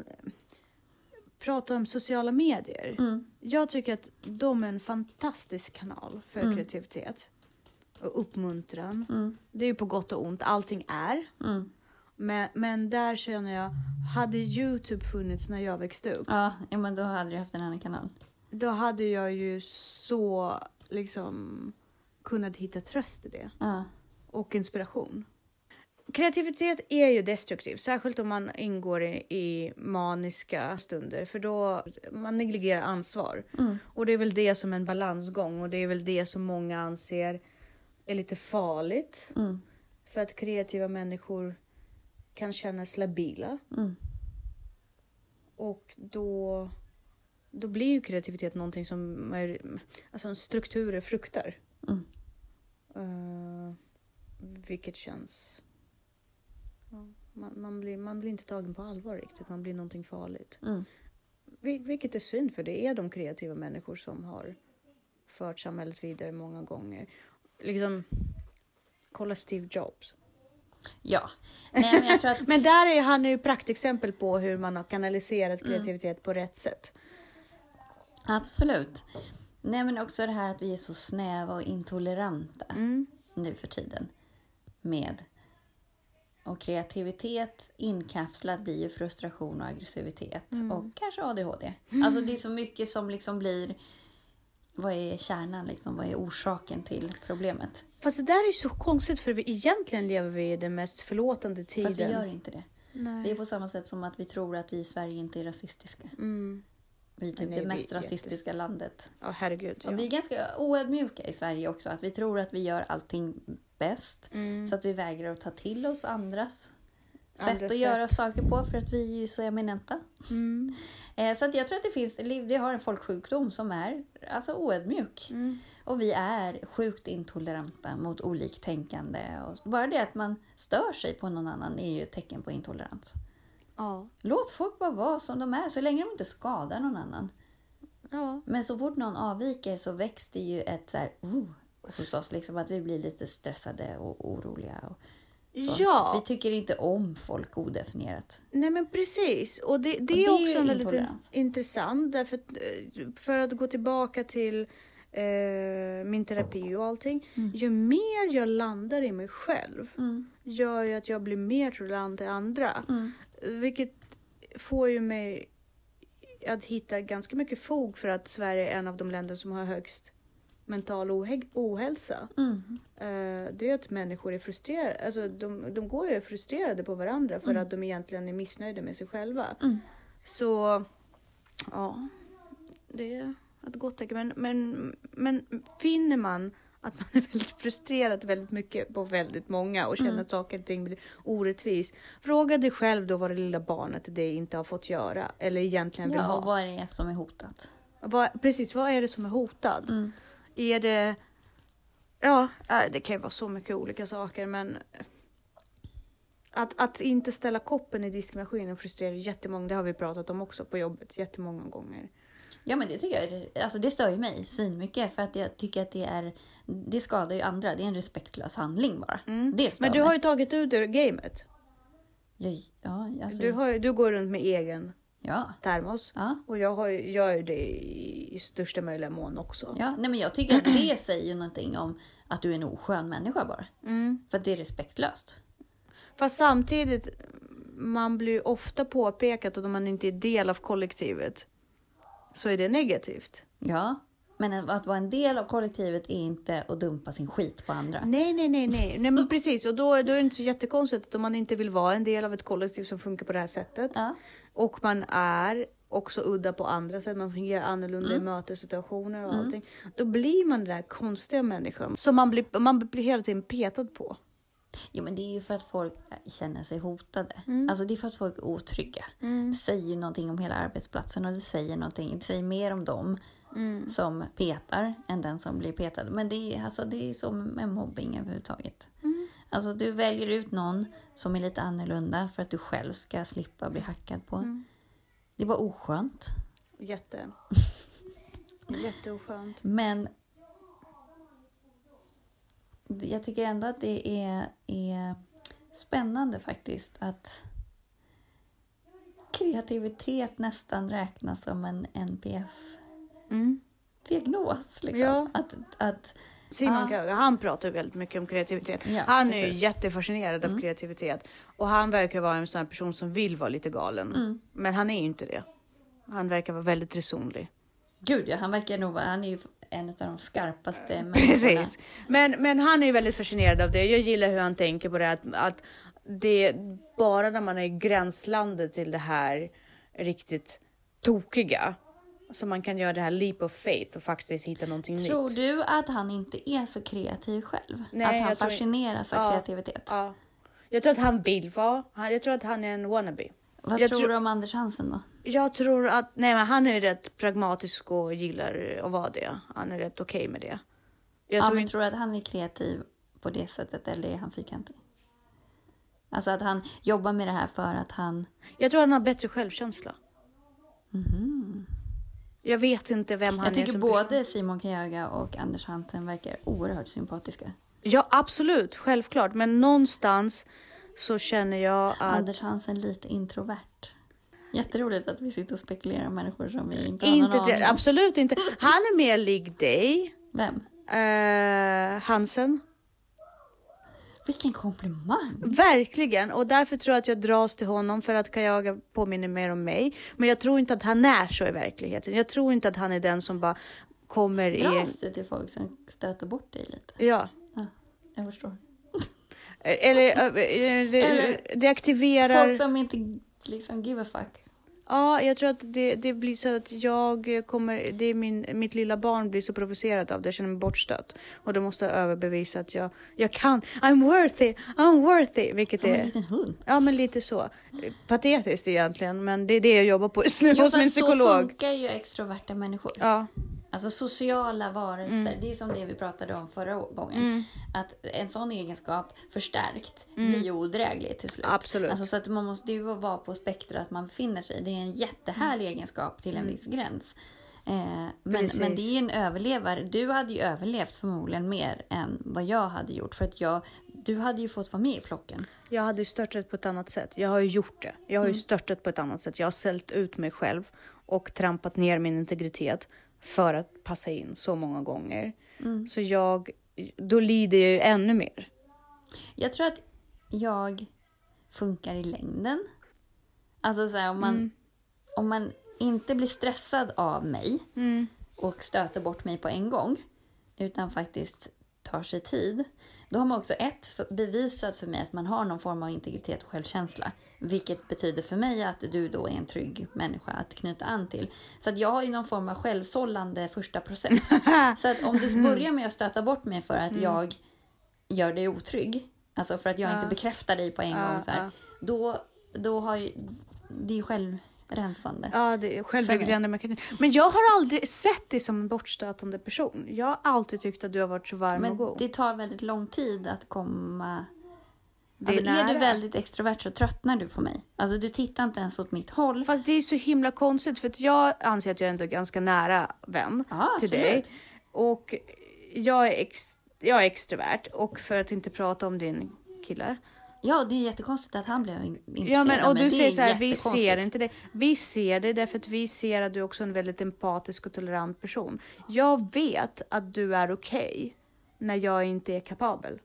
[SPEAKER 1] pratar om sociala medier.
[SPEAKER 2] Mm.
[SPEAKER 1] Jag tycker att de är en fantastisk kanal för
[SPEAKER 2] Mm.
[SPEAKER 1] kreativitet. Och uppmuntran.
[SPEAKER 2] Mm.
[SPEAKER 1] Det är ju på gott och ont. Allting är.
[SPEAKER 2] Mm.
[SPEAKER 1] Men, men där känner jag, hade YouTube funnits när jag växte upp.
[SPEAKER 2] Ja, ja, men då hade du haft en annan kanal.
[SPEAKER 1] Då hade jag ju så liksom kunnat hitta tröst i det.
[SPEAKER 2] Ja.
[SPEAKER 1] Och inspiration. Kreativitet är ju destruktiv. Särskilt om man ingår i, i maniska stunder. För då man negligerar ansvar.
[SPEAKER 2] Mm.
[SPEAKER 1] Och det är väl det som är en balansgång. Och det är väl det som många anser är lite farligt.
[SPEAKER 2] Mm.
[SPEAKER 1] För att kreativa människor kan kännas labila.
[SPEAKER 2] Mm.
[SPEAKER 1] Och då, då blir ju kreativitet någonting som major- alltså strukturer fruktar.
[SPEAKER 2] Mm.
[SPEAKER 1] Uh, vilket känns... Ja, man, man, blir, man blir inte tagen på allvar riktigt. Man blir någonting farligt.
[SPEAKER 2] Mm.
[SPEAKER 1] Vil, vilket är synd, för det är de kreativa människor som har fört samhället vidare många gånger. Liksom, kolla Steve Jobs.
[SPEAKER 2] Ja. Nej, men jag tror att...
[SPEAKER 1] Men där är han ju praktexempel på hur man har kanaliserat kreativitet på rätt sätt.
[SPEAKER 2] Absolut. Nej, men också det här att vi är så snäva och intoleranta
[SPEAKER 1] Mm.
[SPEAKER 2] nu för tiden. Med och kreativitet inkapslad blir ju frustration och aggressivitet.
[SPEAKER 1] Mm.
[SPEAKER 2] Och kanske A D H D. Alltså det är så mycket som liksom blir... vad är kärnan liksom? Vad är orsaken till problemet?
[SPEAKER 1] Fast det där är så konstigt för vi egentligen lever vi i den mest förlåtande tiden.
[SPEAKER 2] Fast vi gör inte det.
[SPEAKER 1] Nej.
[SPEAKER 2] Det är på samma sätt som att vi tror att vi i Sverige inte är rasistiska.
[SPEAKER 1] Mm.
[SPEAKER 2] Vi är typ
[SPEAKER 1] Nej,
[SPEAKER 2] det mest
[SPEAKER 1] vi är
[SPEAKER 2] rasistiska
[SPEAKER 1] jättes...
[SPEAKER 2] landet.
[SPEAKER 1] Ja, herregud. Ja.
[SPEAKER 2] Och vi är ganska oödmjuka i Sverige också. Att vi tror att vi gör allting bäst.
[SPEAKER 1] Mm.
[SPEAKER 2] Så att vi vägrar att ta till oss andras sätt
[SPEAKER 1] Andra
[SPEAKER 2] att
[SPEAKER 1] sätt.
[SPEAKER 2] göra saker på. För att vi är ju så eminenta.
[SPEAKER 1] Mm.
[SPEAKER 2] Eh, så att jag tror att det finns, det har en folksjukdom som är alltså oödmjuk.
[SPEAKER 1] Mm.
[SPEAKER 2] Och vi är sjukt intoleranta mot oliktänkande. Och bara det att man stör sig på någon annan är ju ett tecken på intolerans.
[SPEAKER 1] Ja.
[SPEAKER 2] Låt folk bara vara som de är, så länge de inte skadar någon annan.
[SPEAKER 1] Ja.
[SPEAKER 2] Men så fort någon avviker så väcks det ju ett så här, uh, hos oss, liksom, att vi blir lite stressade och oroliga. Och så.
[SPEAKER 1] Ja.
[SPEAKER 2] Vi tycker inte om folk odefinierat.
[SPEAKER 1] Nej men precis. Och det, det,
[SPEAKER 2] Och det
[SPEAKER 1] är
[SPEAKER 2] är
[SPEAKER 1] också
[SPEAKER 2] ju
[SPEAKER 1] en väldigt
[SPEAKER 2] intolerans.
[SPEAKER 1] intressant. Därför att, eh, för att gå tillbaka till eh, min terapi och allting.
[SPEAKER 2] Mm.
[SPEAKER 1] Ju mer jag landar i mig själv.
[SPEAKER 2] Mm.
[SPEAKER 1] Gör ju att jag blir mer tolerant till andra.
[SPEAKER 2] Mm.
[SPEAKER 1] Vilket får ju mig att hitta ganska mycket fog för att Sverige är en av de länder som har högst mental ohä- ohälsa.
[SPEAKER 2] Mm.
[SPEAKER 1] Uh, det är att människor är frustrerade. Alltså de, de går ju frustrerade på varandra för
[SPEAKER 2] Mm.
[SPEAKER 1] att de egentligen är missnöjda med sig själva.
[SPEAKER 2] Mm.
[SPEAKER 1] Så ja, det är ett gott tecken. Men, men, men finner man att man är väldigt frustrerad väldigt mycket på väldigt många och känner
[SPEAKER 2] Mm.
[SPEAKER 1] att saker och ting blir orättvis. Fråga dig själv då vad det lilla barnet det inte har fått göra eller egentligen vill
[SPEAKER 2] Ja,
[SPEAKER 1] ha.
[SPEAKER 2] och vad är det som är hotat?
[SPEAKER 1] Vad, precis, vad är det som är hotad?
[SPEAKER 2] Mm.
[SPEAKER 1] Är det... Ja, äh, det kan ju vara så mycket olika saker, men... Att, att inte ställa koppen i diskmaskinen frustrerar jättemånga. Det har vi pratat om också på jobbet jättemånga gånger.
[SPEAKER 2] Ja, men det tycker jag, alltså det stör ju mig svinmycket, för att jag tycker att det är, det skadar ju andra. Det är en respektlös handling bara.
[SPEAKER 1] Mm.
[SPEAKER 2] Det stör
[SPEAKER 1] Men du
[SPEAKER 2] mig.
[SPEAKER 1] har ju tagit ut ur gamet.
[SPEAKER 2] Ja, ja, alltså,
[SPEAKER 1] Du, har, ju- du går runt med egen
[SPEAKER 2] ja,
[SPEAKER 1] termos.
[SPEAKER 2] ja,
[SPEAKER 1] Och jag har, ju- gör ju det i, i största möjliga mån också.
[SPEAKER 2] ja. Nej, men jag tycker att det säger ju någonting om att du är en oskön människa bara.
[SPEAKER 1] Mm.
[SPEAKER 2] För att det är respektlöst.
[SPEAKER 1] Fast samtidigt, man blir ju ofta påpekat att om man inte är del av kollektivet så är det negativt.
[SPEAKER 2] Ja, men att vara en del av kollektivet är inte att dumpa sin skit på andra.
[SPEAKER 1] Nej, nej, nej, nej. Nej men precis. Och då, då är det inte så jättekonstigt att om man inte vill vara en del av ett kollektiv som funkar på det här sättet.
[SPEAKER 2] Ja.
[SPEAKER 1] Och man är också udda på andra sätt. Man fungerar annorlunda
[SPEAKER 2] Mm.
[SPEAKER 1] i mötessituationer och
[SPEAKER 2] Mm.
[SPEAKER 1] allting. Då blir man den där konstiga människan. Som man blir, man blir hela tiden petad på.
[SPEAKER 2] Jo, men det är ju för att folk känner sig hotade.
[SPEAKER 1] Mm.
[SPEAKER 2] Alltså det är för att folk är otrygga.
[SPEAKER 1] Mm.
[SPEAKER 2] Det säger ju någonting om hela arbetsplatsen, och det säger någonting. Det säger mer om dem
[SPEAKER 1] Mm.
[SPEAKER 2] som petar än den som blir petad. Men det är, alltså, det är som med mobbing överhuvudtaget.
[SPEAKER 1] Mm.
[SPEAKER 2] Alltså du väljer ut någon som är lite annorlunda för att du själv ska slippa bli hackad på.
[SPEAKER 1] Mm.
[SPEAKER 2] Det är bara oskönt.
[SPEAKER 1] Jätte. Jätteoskönt.
[SPEAKER 2] Men jag tycker ändå att det är, är spännande faktiskt att kreativitet nästan räknas som en N P F-diagnos.
[SPEAKER 1] Mm.
[SPEAKER 2] Liksom.
[SPEAKER 1] Ja.
[SPEAKER 2] Att, att,
[SPEAKER 1] Simon
[SPEAKER 2] Ja.
[SPEAKER 1] Kjell, han pratar ju väldigt mycket om kreativitet.
[SPEAKER 2] Ja,
[SPEAKER 1] han är ju
[SPEAKER 2] precis.
[SPEAKER 1] jättefascinerad av
[SPEAKER 2] Mm.
[SPEAKER 1] kreativitet. Och han verkar vara en sån här person som vill vara lite galen.
[SPEAKER 2] Mm.
[SPEAKER 1] Men han är ju inte det. Han verkar vara väldigt resonlig.
[SPEAKER 2] Gud, ja, han verkar nog vara, han är ju en av de skarpaste människorna.
[SPEAKER 1] Precis. Men, men han är ju väldigt fascinerad av det. Jag gillar hur han tänker på det. Att, att det är bara när man är i gränslandet till det här riktigt tokiga. Så man kan göra det här leap of faith och faktiskt hitta någonting
[SPEAKER 2] Tror
[SPEAKER 1] nytt.
[SPEAKER 2] du att han inte är så kreativ själv?
[SPEAKER 1] Nej,
[SPEAKER 2] att han
[SPEAKER 1] jag tror-
[SPEAKER 2] fascineras av
[SPEAKER 1] Ja.
[SPEAKER 2] kreativitet?
[SPEAKER 1] Ja. Jag tror att han vill vara. Han- Jag tror att han är en wannabe.
[SPEAKER 2] Vad
[SPEAKER 1] Jag
[SPEAKER 2] tror
[SPEAKER 1] tror-
[SPEAKER 2] du om Anders Hansen då?
[SPEAKER 1] Jag tror att, nej men han är ju rätt pragmatisk och gillar att vara det. Han är rätt okej med det. Jag
[SPEAKER 2] Ja,
[SPEAKER 1] tror
[SPEAKER 2] men
[SPEAKER 1] inte,
[SPEAKER 2] tror du att han är kreativ på det sättet, eller är han fyrkantig? Alltså att han jobbar med det här för att han...
[SPEAKER 1] jag tror att han har bättre självkänsla.
[SPEAKER 2] Mhm.
[SPEAKER 1] Jag vet inte vem han
[SPEAKER 2] Jag
[SPEAKER 1] är
[SPEAKER 2] tycker
[SPEAKER 1] som
[SPEAKER 2] både
[SPEAKER 1] person.
[SPEAKER 2] Simon Kjaga och Anders Hansen verkar oerhört sympatiska.
[SPEAKER 1] Ja, absolut. Självklart. Men någonstans så känner jag att...
[SPEAKER 2] Anders Hansen lite introvert. Jätteroligt att vi sitter och spekulerar om människor som vi inte har någon
[SPEAKER 1] inte,
[SPEAKER 2] aning om.
[SPEAKER 1] absolut inte. Han är mer lik dig.
[SPEAKER 2] Vem?
[SPEAKER 1] Eh, Hansen.
[SPEAKER 2] Vilken komplimang!
[SPEAKER 1] Verkligen. Och därför tror jag att jag dras till honom för att Kajaga påminner mer om mig. Men jag tror inte att han är så i verkligheten. Jag tror inte att han är den som bara kommer i...
[SPEAKER 2] Dras du till folk som stöter bort dig lite?
[SPEAKER 1] Ja.
[SPEAKER 2] Ja, jag förstår.
[SPEAKER 1] Eller det,
[SPEAKER 2] Eller
[SPEAKER 1] det aktiverar...
[SPEAKER 2] Folk som inte liksom give a fuck.
[SPEAKER 1] Ja, jag tror att det, det blir så att jag kommer... Det är min, mitt lilla barn blir så provocerad av det. Jag känner mig bortstött. Och då måste jag överbevisa att jag, jag kan. I'm worthy, I'm worthy. Vilket
[SPEAKER 2] som
[SPEAKER 1] är...
[SPEAKER 2] en liten hund.
[SPEAKER 1] Ja, men lite så. Patetiskt egentligen. Men det är det jag jobbar på just nu
[SPEAKER 2] Jo,
[SPEAKER 1] hos min psykolog.
[SPEAKER 2] Så funkar ju extroverta människor.
[SPEAKER 1] Ja.
[SPEAKER 2] Alltså sociala varelser,
[SPEAKER 1] Mm.
[SPEAKER 2] det är som det vi pratade om förra gången.
[SPEAKER 1] Mm.
[SPEAKER 2] Att en sån egenskap förstärkt
[SPEAKER 1] Mm.
[SPEAKER 2] blir ju odräglig till slut.
[SPEAKER 1] Absolut.
[SPEAKER 2] Alltså så att man måste ju vara på spektrat att man befinner sig. Det är en jättehärlig
[SPEAKER 1] Mm.
[SPEAKER 2] egenskap till en
[SPEAKER 1] Mm.
[SPEAKER 2] viss gräns. Eh, men,
[SPEAKER 1] Precis.
[SPEAKER 2] men det är ju en överlevare. Du hade ju överlevt förmodligen mer än vad jag hade gjort. För att jag, du hade ju fått vara med i flocken.
[SPEAKER 1] Jag hade ju störtat på ett annat sätt. Jag har ju gjort det. Jag har ju
[SPEAKER 2] Mm.
[SPEAKER 1] störtat på ett annat sätt. Jag har säljt ut mig själv och trampat ner min integritet för att passa in så många gånger.
[SPEAKER 2] Mm.
[SPEAKER 1] Så jag, då lider jag ju ännu mer.
[SPEAKER 2] Jag tror att jag funkar i längden. Alltså så här, om man,
[SPEAKER 1] Mm.
[SPEAKER 2] om man inte blir stressad av mig
[SPEAKER 1] Mm.
[SPEAKER 2] och stöter bort mig på en gång, utan faktiskt tar sig tid, då har man också ett för, bevisat för mig att man har någon form av integritet och självkänsla. Vilket betyder för mig att du då är en trygg människa att knyta an till. Så att jag har ju någon form av självsållande första process. Så att om du börjar med att stöta bort mig för att
[SPEAKER 1] Mm.
[SPEAKER 2] jag gör dig otrygg, alltså för att jag
[SPEAKER 1] Ja.
[SPEAKER 2] inte bekräftar dig på en
[SPEAKER 1] Ja,
[SPEAKER 2] gång så här,
[SPEAKER 1] ja.
[SPEAKER 2] då, då har ju, det är ju självrensande.
[SPEAKER 1] Ja, det är självreglerande mekanism. Men jag har aldrig sett dig som en bortstötande person. Jag har alltid tyckt att du har varit så varm och
[SPEAKER 2] Men
[SPEAKER 1] god.
[SPEAKER 2] det tar väldigt lång tid att komma...
[SPEAKER 1] Det
[SPEAKER 2] Alltså, är,
[SPEAKER 1] nära.
[SPEAKER 2] du väldigt extrovert så tröttnar du på mig. Alltså du tittar inte ens åt mitt håll.
[SPEAKER 1] Fast det är så himla konstigt för att jag anser att jag ändå är ganska nära vän
[SPEAKER 2] Ja,
[SPEAKER 1] till
[SPEAKER 2] absolut.
[SPEAKER 1] dig. Och jag är, ex, jag är extrovert. Och för att inte prata om din kille.
[SPEAKER 2] Ja, det är jättekonstigt att han blev in- intresserad
[SPEAKER 1] Ja, men,
[SPEAKER 2] av
[SPEAKER 1] och
[SPEAKER 2] mig.
[SPEAKER 1] du
[SPEAKER 2] Det
[SPEAKER 1] säger
[SPEAKER 2] är
[SPEAKER 1] så här, vi
[SPEAKER 2] jättekonstigt.
[SPEAKER 1] ser inte det. Vi ser det därför att vi ser att du också är en väldigt empatisk och tolerant person. Jag vet att du är okej när jag inte är kapabel.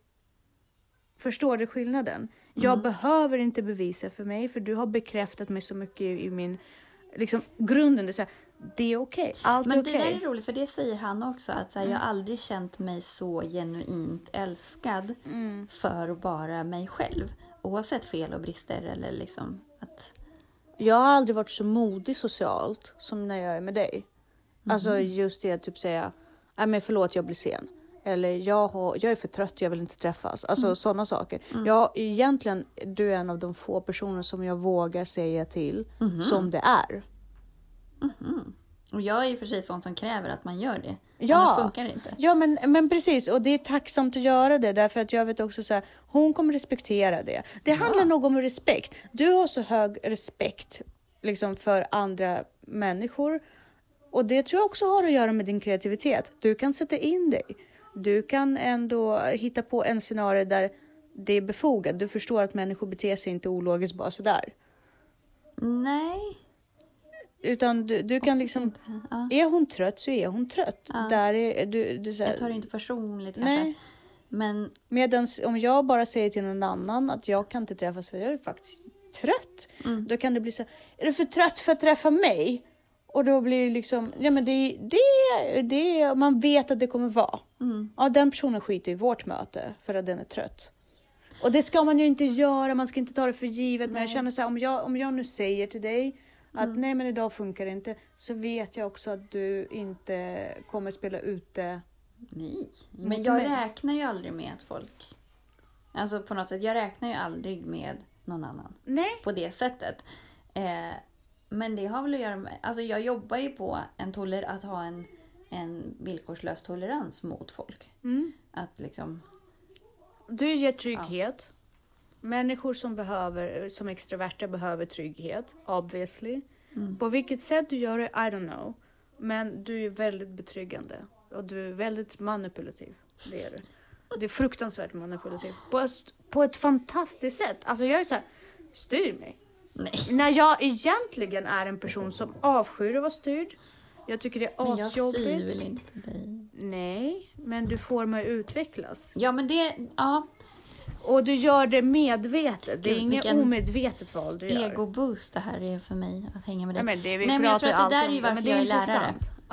[SPEAKER 1] Förstår du skillnaden? Jag
[SPEAKER 2] Mm.
[SPEAKER 1] behöver inte bevisa för mig för du har bekräftat mig så mycket i, i min liksom grunden. Det är, så här, det är okej, allt
[SPEAKER 2] Men
[SPEAKER 1] är
[SPEAKER 2] det
[SPEAKER 1] okej.
[SPEAKER 2] där är roligt, för det säger han också. Att så här, jag har aldrig känt mig så genuint älskad
[SPEAKER 1] Mm.
[SPEAKER 2] för bara mig själv. Oavsett fel och brister eller liksom att...
[SPEAKER 1] Jag har aldrig varit så modig socialt som när jag är med dig. Alltså just det att typ säga, nej men förlåt jag blir sen. Eller jag, har, jag är för trött, jag vill inte träffas. Alltså mm. sådana saker.
[SPEAKER 2] Mm.
[SPEAKER 1] Jag, egentligen, du är en av de få personer som jag vågar säga till
[SPEAKER 2] Mhm.
[SPEAKER 1] som det är.
[SPEAKER 2] Mhm. Och jag är ju för sig sån som kräver att man gör det.
[SPEAKER 1] Ja.
[SPEAKER 2] Annars funkar det inte.
[SPEAKER 1] Ja men, men precis, och det är tacksamt att göra det. Därför att jag vet också så här, hon kommer respektera det. Det
[SPEAKER 2] Ja.
[SPEAKER 1] handlar nog om respekt. Du har så hög respekt liksom, för andra människor. Och det tror jag också har att göra med din kreativitet. Du kan sätta in dig. Du kan ändå hitta på en scenario där det är befogat. Du förstår att människor beter sig inte ologiskt bara sådär.
[SPEAKER 2] Nej.
[SPEAKER 1] Utan du, du kan liksom...
[SPEAKER 2] Inte. Ja.
[SPEAKER 1] Är hon trött så är hon trött.
[SPEAKER 2] Ja.
[SPEAKER 1] Där är du, du så här,
[SPEAKER 2] Jag tar det inte personligt kanske.
[SPEAKER 1] nej.
[SPEAKER 2] Men
[SPEAKER 1] Medan om jag bara säger till någon annan att jag kan inte träffas för jag är faktiskt trött.
[SPEAKER 2] Mm.
[SPEAKER 1] Då kan det bli så här, är du för trött för att träffa mig? Och då blir det liksom, ja men det, det, det man vet att det kommer vara.
[SPEAKER 2] mm.
[SPEAKER 1] Ja, den personen skiter i vårt möte för att den är trött. Och det ska man ju inte göra, man ska inte ta det för givet. Men jag
[SPEAKER 2] Nej.
[SPEAKER 1] känner så här, om jag, om jag nu säger till dig att
[SPEAKER 2] Mm.
[SPEAKER 1] nej men idag funkar det inte. Så vet jag också att du inte kommer spela ute.
[SPEAKER 2] Nej. Men
[SPEAKER 1] Mycket
[SPEAKER 2] jag
[SPEAKER 1] mer.
[SPEAKER 2] räknar ju aldrig med att folk... Alltså på något sätt, jag räknar ju aldrig med någon annan.
[SPEAKER 1] Nej.
[SPEAKER 2] På det sättet. Eh, men det har väl att göra med... Alltså jag jobbar ju på en toler, att ha en, en villkorslös tolerans mot folk.
[SPEAKER 1] Mm.
[SPEAKER 2] Att liksom...
[SPEAKER 1] Du ger trygghet. Människor som behöver, som extroverta behöver trygghet, obviously.
[SPEAKER 2] Mm.
[SPEAKER 1] På vilket sätt du gör det, I don't know. Men du är väldigt betryggande. Och du är väldigt manipulativ. Det är du. Det är fruktansvärt manipulativ. På ett, på ett fantastiskt sätt. Alltså jag är så här, styr mig.
[SPEAKER 2] Nej.
[SPEAKER 1] När jag egentligen är en person som avskyr att vara styrd. Jag tycker det är
[SPEAKER 2] Men jag styr
[SPEAKER 1] asjobbigt.
[SPEAKER 2] väl inte dig?
[SPEAKER 1] Nej, men du får mig utvecklas.
[SPEAKER 2] Ja, men det... Ja.
[SPEAKER 1] Och du gör det medvetet. Det är
[SPEAKER 2] Gud,
[SPEAKER 1] inget
[SPEAKER 2] vilken
[SPEAKER 1] omedvetet val du gör.
[SPEAKER 2] Ego-boost det här är för mig att hänga med dig.
[SPEAKER 1] Nej, men det, vi
[SPEAKER 2] Nej, men jag
[SPEAKER 1] pratar
[SPEAKER 2] tror att det
[SPEAKER 1] alltid
[SPEAKER 2] där
[SPEAKER 1] om
[SPEAKER 2] är ju
[SPEAKER 1] det,
[SPEAKER 2] varför
[SPEAKER 1] men det
[SPEAKER 2] jag är
[SPEAKER 1] intressant.
[SPEAKER 2] lärare.
[SPEAKER 1] Ja.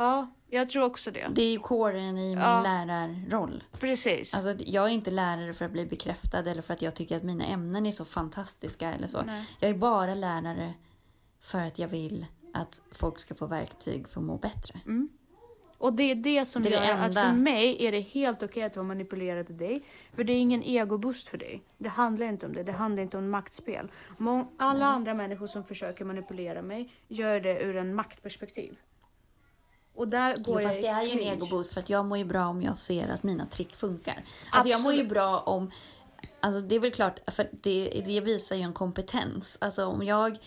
[SPEAKER 1] Jag tror också det.
[SPEAKER 2] Det är ju kåren i min
[SPEAKER 1] Ja.
[SPEAKER 2] lärarroll.
[SPEAKER 1] Precis.
[SPEAKER 2] Alltså, jag är inte lärare för att bli bekräftad eller för att jag tycker att mina ämnen är så fantastiska eller så.
[SPEAKER 1] Nej.
[SPEAKER 2] Jag är bara lärare för att jag vill att folk ska få verktyg för att må bättre.
[SPEAKER 1] Mm. Och det är det som
[SPEAKER 2] Det är
[SPEAKER 1] gör
[SPEAKER 2] det
[SPEAKER 1] att
[SPEAKER 2] enda.
[SPEAKER 1] för mig är det helt okej att vara manipulerad till dig. För det är ingen egoboost för dig. Det handlar inte om det. Det handlar inte om maktspel. Må- Alla andra människor som försöker manipulera mig gör det ur en maktperspektiv. Och där
[SPEAKER 2] Jo,
[SPEAKER 1] går jag
[SPEAKER 2] fast
[SPEAKER 1] i
[SPEAKER 2] det är ju en
[SPEAKER 1] cringe.
[SPEAKER 2] egoboost för att jag mår ju bra om jag ser att mina trick funkar. Alltså jag mår ju
[SPEAKER 1] Absolut.
[SPEAKER 2] bra om, alltså det är väl klart, för det, det visar ju en kompetens. Alltså om jag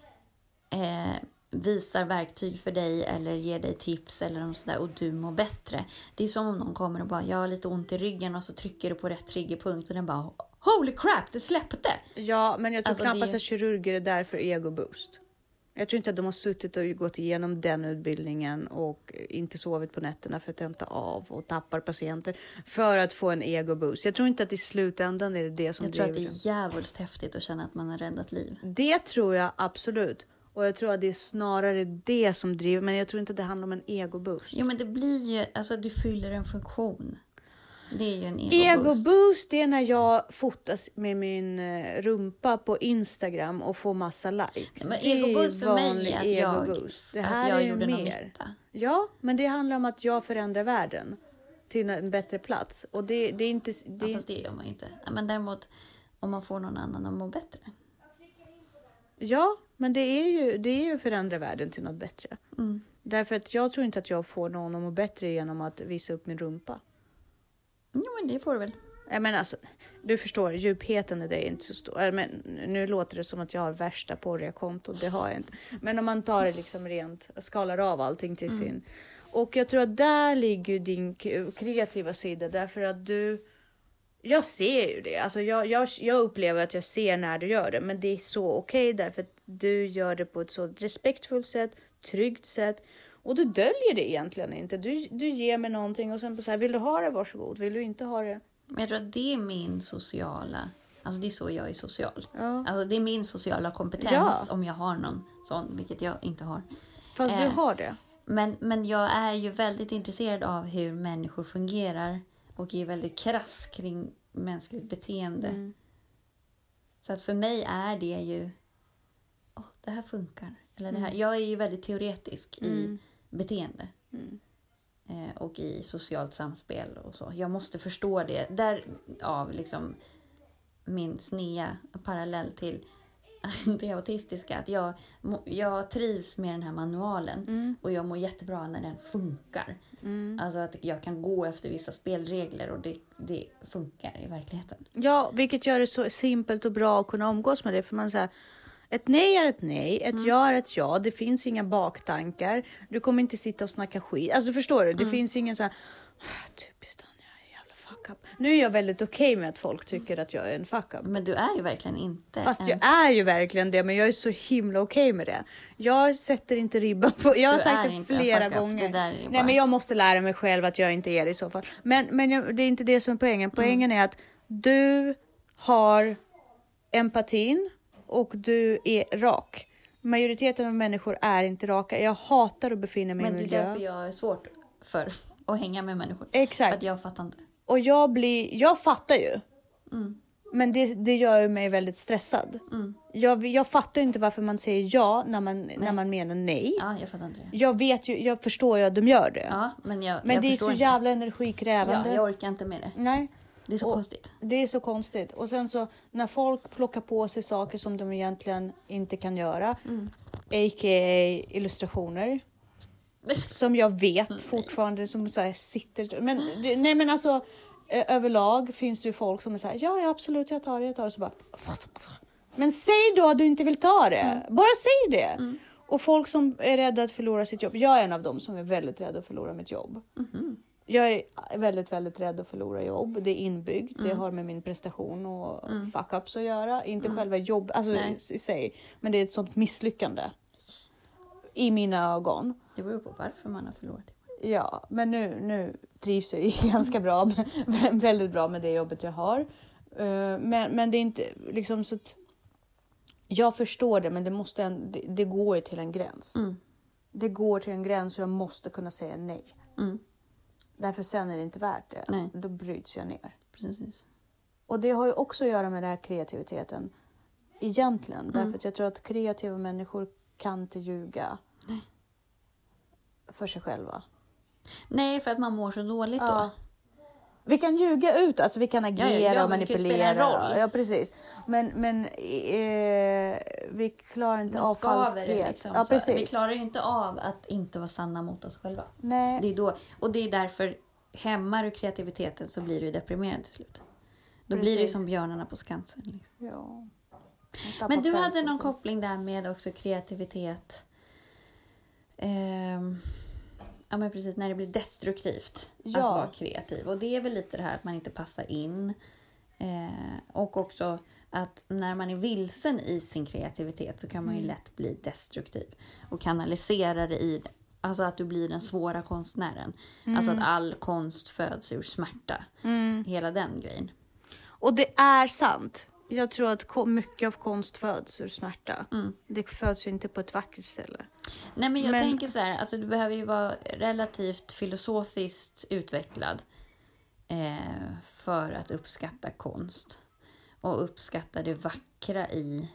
[SPEAKER 2] eh, visar verktyg för dig eller ger dig tips eller något sådär och du mår bättre. Det är som om någon kommer och bara, jag har lite ont i ryggen och så trycker du på rätt triggerpunkt och den bara, holy crap, det släppte!
[SPEAKER 1] Ja, men jag tror
[SPEAKER 2] Alltså,
[SPEAKER 1] knappast
[SPEAKER 2] det-
[SPEAKER 1] att kirurger är där för egoboost. Jag tror inte att de har suttit och gått igenom den utbildningen och inte sovit på nätterna för att tenta av och tappar patienter för att få en egoboost. Jag tror inte att i slutändan är det det som
[SPEAKER 2] Jag tror att
[SPEAKER 1] driver
[SPEAKER 2] det är jävligt häftigt att känna att man har räddat liv.
[SPEAKER 1] Det tror jag absolut. Och jag tror att det är snarare det som driver. Men jag tror inte att det handlar om en egoboost.
[SPEAKER 2] Jo men det blir ju, alltså du fyller en funktion. Det är ju en egoboost.
[SPEAKER 1] Egoboost det är när jag fotas med min eh, rumpa på Instagram och får massa likes.
[SPEAKER 2] Men
[SPEAKER 1] Det är
[SPEAKER 2] egoboost för mig
[SPEAKER 1] vanlig
[SPEAKER 2] är att jag,
[SPEAKER 1] egoboost. Det
[SPEAKER 2] att
[SPEAKER 1] här
[SPEAKER 2] jag
[SPEAKER 1] är ju
[SPEAKER 2] gjorde någon
[SPEAKER 1] mer.
[SPEAKER 2] nytta.
[SPEAKER 1] Ja, men det handlar om att jag förändrar världen till en bättre plats. Och det, det är inte... Det,
[SPEAKER 2] Ja, fast det gör man ju inte. Men däremot om man får någon annan att må bättre.
[SPEAKER 1] ja, men det är ju det är ju att förändra världen till något bättre.
[SPEAKER 2] Mm.
[SPEAKER 1] Därför att jag tror inte att jag får någon att må bättre genom att visa upp min rumpa.
[SPEAKER 2] Jo men det får du väl.
[SPEAKER 1] Jag menar alltså, du förstår, djupheten i det är inte så stor. Äh, Men nu låter det som att jag har värsta porriga kontot, det har jag inte. Men om man tar det liksom rent, skalar av allting till sin. Och jag tror att där ligger ju din k- kreativa sida, därför att du, jag ser ju det. Alltså jag, jag, jag upplever att jag ser när du gör det, men det är så okej därför att du gör det på ett så respektfullt sätt, tryggt sätt. Och du döljer det egentligen inte. Du, du ger mig någonting och sen på så här, vill du ha det, varsågod. Vill du inte ha det?
[SPEAKER 2] Men jag tror att det är min sociala, alltså det är så jag är social.
[SPEAKER 1] Ja.
[SPEAKER 2] Alltså det är min sociala kompetens
[SPEAKER 1] Ja.
[SPEAKER 2] om jag har någon sån, vilket jag inte har.
[SPEAKER 1] Fast du
[SPEAKER 2] Eh.
[SPEAKER 1] har det.
[SPEAKER 2] Men, men jag är ju väldigt intresserad av hur människor fungerar och är väldigt krass kring mänskligt beteende.
[SPEAKER 1] Mm.
[SPEAKER 2] Så att för mig är det ju, åh, det här funkar. Eller det här.
[SPEAKER 1] Mm.
[SPEAKER 2] Jag är ju väldigt teoretisk i
[SPEAKER 1] Mm.
[SPEAKER 2] beteende.
[SPEAKER 1] Mm.
[SPEAKER 2] Eh, och i socialt samspel och så. Jag måste förstå det. Där av liksom min snea parallell till det autistiska. Att jag, må- jag trivs med den här manualen.
[SPEAKER 1] Mm.
[SPEAKER 2] Och jag mår jättebra när den funkar.
[SPEAKER 1] Mm.
[SPEAKER 2] Alltså att jag kan gå efter vissa spelregler och det, det funkar i verkligheten.
[SPEAKER 1] Ja, vilket gör det så simpelt och bra att kunna omgås med det. För man säger, ett nej är ett nej, ett
[SPEAKER 2] Mm.
[SPEAKER 1] ja är ett ja. Det finns inga baktankar. Du kommer inte sitta och snacka skit. Alltså förstår du? Det
[SPEAKER 2] Mm.
[SPEAKER 1] finns ingen så här, "Ah, typiskt Anja, jag är en jävla fuck up. Nu är jag väldigt okej med att folk tycker att jag är en fuck up.
[SPEAKER 2] Men du är ju verkligen inte
[SPEAKER 1] Fast
[SPEAKER 2] en...
[SPEAKER 1] jag är ju verkligen det, men jag är så himla okej med det. Jag sätter inte ribban på... Jag har
[SPEAKER 2] Du
[SPEAKER 1] sagt
[SPEAKER 2] är
[SPEAKER 1] det
[SPEAKER 2] inte en
[SPEAKER 1] flera
[SPEAKER 2] fuck up,
[SPEAKER 1] gånger.
[SPEAKER 2] det där är
[SPEAKER 1] Nej,
[SPEAKER 2] bara-
[SPEAKER 1] men jag måste lära mig själv att jag inte är det i så fall. Men, men jag, det är inte det som är poängen. Poängen är att du har empatin och du är rak. Majoriteten av människor är inte raka. Jag hatar att befinna mig
[SPEAKER 2] Men
[SPEAKER 1] i
[SPEAKER 2] det är
[SPEAKER 1] miljö.
[SPEAKER 2] därför jag är svårt för att hänga med människor.
[SPEAKER 1] Exakt.
[SPEAKER 2] För att jag fattar inte.
[SPEAKER 1] Och jag blir... Jag fattar ju.
[SPEAKER 2] Mm.
[SPEAKER 1] Men det, det gör ju mig väldigt stressad.
[SPEAKER 2] Mm.
[SPEAKER 1] Jag, jag fattar inte varför man säger ja när man, när man menar nej.
[SPEAKER 2] Ja, jag fattar inte det.
[SPEAKER 1] Jag vet ju, jag förstår ju att de gör det.
[SPEAKER 2] Ja, men jag,
[SPEAKER 1] men
[SPEAKER 2] jag
[SPEAKER 1] det är
[SPEAKER 2] förstår
[SPEAKER 1] så
[SPEAKER 2] inte.
[SPEAKER 1] jävla energikrävande.
[SPEAKER 2] Ja, jag orkar inte med det.
[SPEAKER 1] Nej,
[SPEAKER 2] Det är så
[SPEAKER 1] Och-
[SPEAKER 2] konstigt.
[SPEAKER 1] det är så konstigt. Och sen så när folk plockar på sig saker som de egentligen inte kan göra.
[SPEAKER 2] Mm.
[SPEAKER 1] A K A illustrationer. Som jag vet fortfarande som så här sitter. Men, det- nej men alltså ö- överlag finns det ju folk som är så här, ja, ja absolut jag tar det, jag tar det. Så bara, men säg då att du inte vill ta det. Bara säg det.
[SPEAKER 2] Mm.
[SPEAKER 1] Och folk som är rädda att förlora sitt jobb. Jag är en av dem som är väldigt rädd att förlora mitt jobb.
[SPEAKER 2] Mhm.
[SPEAKER 1] Jag är väldigt, väldigt rädd att förlora jobb. Det är inbyggt.
[SPEAKER 2] Mm.
[SPEAKER 1] Det har med min prestation och fuck-ups att göra. Inte själva jobb, alltså
[SPEAKER 2] Nej.
[SPEAKER 1] i sig. Men det är ett sånt misslyckande. I mina ögon.
[SPEAKER 2] Det beror på varför man har förlorat.
[SPEAKER 1] Ja, men nu, nu trivs jag ju ganska bra. Med, väldigt bra med det jobbet jag har. Eh, Men, men det är inte liksom så att... Jag förstår det, men det, måste en, det, det går ju till en gräns.
[SPEAKER 2] Mm.
[SPEAKER 1] Det går till en gräns och jag måste kunna säga nej.
[SPEAKER 2] Mm.
[SPEAKER 1] Därför sen är det inte värt det.
[SPEAKER 2] Nej.
[SPEAKER 1] Då bryts jag ner.
[SPEAKER 2] Precis.
[SPEAKER 1] Och det har ju också att göra med den här kreativiteten. Egentligen.
[SPEAKER 2] Mm.
[SPEAKER 1] Därför att jag tror att kreativa människor kan inte ljuga.
[SPEAKER 2] Nej.
[SPEAKER 1] För sig själva.
[SPEAKER 2] Nej, för att man mår så dåligt då.
[SPEAKER 1] Ja. Vi kan ljuga ut, alltså vi kan agera
[SPEAKER 2] Ja, ja, ja,
[SPEAKER 1] och
[SPEAKER 2] men det kan
[SPEAKER 1] manipulera.
[SPEAKER 2] ju spela en roll.
[SPEAKER 1] Ja, precis. Men, men eh, vi klarar inte
[SPEAKER 2] Man
[SPEAKER 1] av
[SPEAKER 2] skaver
[SPEAKER 1] falskhet.
[SPEAKER 2] liksom.
[SPEAKER 1] Ja,
[SPEAKER 2] Så
[SPEAKER 1] precis.
[SPEAKER 2] vi klarar ju inte av att inte vara sanna mot oss själva.
[SPEAKER 1] Nej.
[SPEAKER 2] Det är då, och det är därför hämmar du kreativiteten så blir du deprimerad till slut. Då
[SPEAKER 1] Precis.
[SPEAKER 2] blir det ju som björnarna på Skansen. Liksom.
[SPEAKER 1] Ja.
[SPEAKER 2] Men du hade någon
[SPEAKER 1] någon
[SPEAKER 2] koppling där med också kreativitet. Ehm, ja men precis, när det blir destruktivt
[SPEAKER 1] Ja.
[SPEAKER 2] att vara kreativ. Och det är väl lite det här att man inte passar in. Eh, och också att när man är vilsen i sin kreativitet så kan man ju
[SPEAKER 1] Mm.
[SPEAKER 2] lätt bli destruktiv. Och kanalisera det i, alltså att du blir den svåra konstnären.
[SPEAKER 1] Mm.
[SPEAKER 2] Alltså att all konst föds ur smärta.
[SPEAKER 1] Mm.
[SPEAKER 2] Hela den grejen.
[SPEAKER 1] Och det är sant. Jag tror att ko- mycket av konst föds ur smärta.
[SPEAKER 2] Mm.
[SPEAKER 1] Det föds ju inte på ett vackert ställe.
[SPEAKER 2] Nej men jag
[SPEAKER 1] Men-
[SPEAKER 2] tänker så här, alltså du behöver ju vara relativt filosofiskt utvecklad eh, för att uppskatta konst. Och uppskatta det vackra i